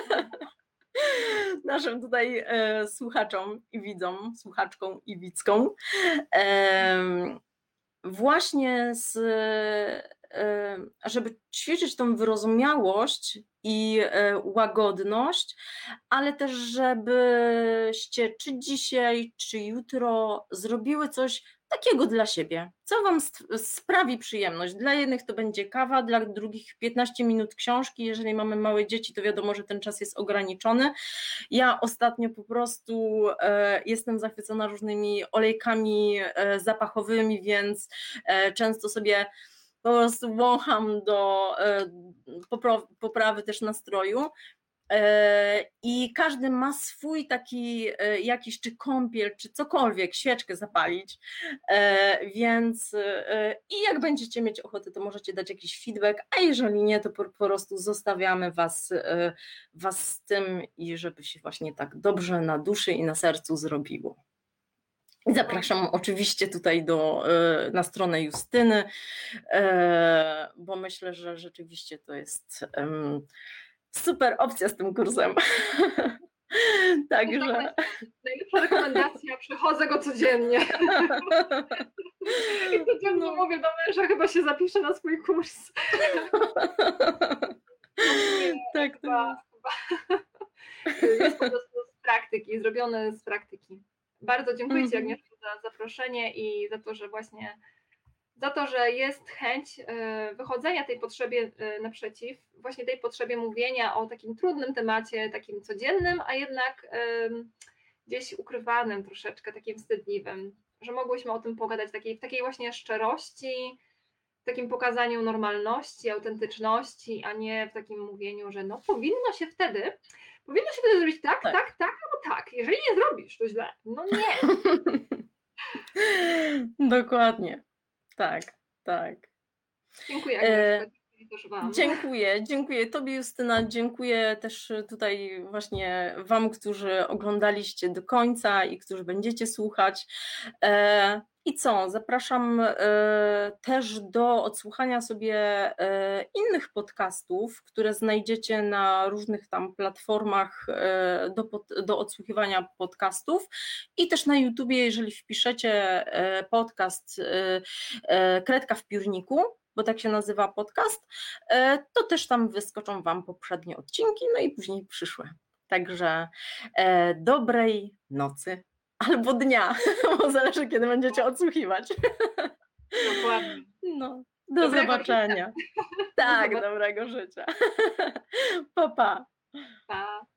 Speaker 1: naszym tutaj e, słuchaczom i widzom, słuchaczką i widzką. E, właśnie z, e, żeby ćwiczyć tą wyrozumiałość i e, łagodność, ale też żebyście czy dzisiaj, czy jutro zrobiły coś takiego dla siebie, co Wam sprawi przyjemność. Dla jednych to będzie kawa, dla drugich piętnaście minut książki. Jeżeli mamy małe dzieci, to wiadomo, że ten czas jest ograniczony. Ja ostatnio po prostu e, jestem zachwycona różnymi olejkami e, zapachowymi, więc e, często sobie po prostu wącham do e, poprawy też nastroju. I każdy ma swój taki jakiś, czy kąpiel, czy cokolwiek, świeczkę zapalić, więc i jak będziecie mieć ochotę, to możecie dać jakiś feedback, a jeżeli nie, to po, po prostu zostawiamy was, was z tym i żeby się właśnie tak dobrze na duszy i na sercu zrobiło. I zapraszam oczywiście tutaj do, na stronę Justyny, bo myślę, że rzeczywiście to jest super opcja z tym kursem. Także.
Speaker 2: Najlepsza rekomendacja, przechodzę go codziennie. I codziennie no. mówię do męża, chyba się zapiszę na swój kurs.
Speaker 1: Tak,
Speaker 2: chyba, chyba. Jest po prostu z praktyki, zrobione z praktyki. Bardzo dziękuję Ci, Agnieszko, za zaproszenie i za to, że właśnie za to, że jest chęć wychodzenia tej potrzebie naprzeciw, właśnie tej potrzebie mówienia o takim trudnym temacie, takim codziennym, a jednak gdzieś ukrywanym troszeczkę, takim wstydliwym, że mogłyśmy o tym pogadać takiej, w takiej właśnie szczerości, w takim pokazaniu normalności, autentyczności, a nie w takim mówieniu, że no powinno się wtedy, powinno się wtedy zrobić tak, tak, tak, tak albo tak. Jeżeli nie zrobisz, to źle. No nie.
Speaker 1: Dokładnie. Tak, tak.
Speaker 2: Dziękuję, Agnieszko.
Speaker 1: Dziękuję, dziękuję Tobie, Justyna, dziękuję też tutaj właśnie Wam, którzy oglądaliście do końca i którzy będziecie słuchać. I co, zapraszam też do odsłuchania sobie innych podcastów, które znajdziecie na różnych tam platformach do, do odsłuchiwania podcastów i też na YouTubie, jeżeli wpiszecie podcast Kredka w piórniku, bo tak się nazywa podcast, to też tam wyskoczą Wam poprzednie odcinki, no i później przyszłe. Także e, dobrej nocy albo dnia, bo zależy, kiedy będziecie odsłuchiwać.
Speaker 2: Dokładnie.
Speaker 1: No, do dobrego zobaczenia. Życia. Tak, do dobrego życia. Pa, pa.
Speaker 2: Pa.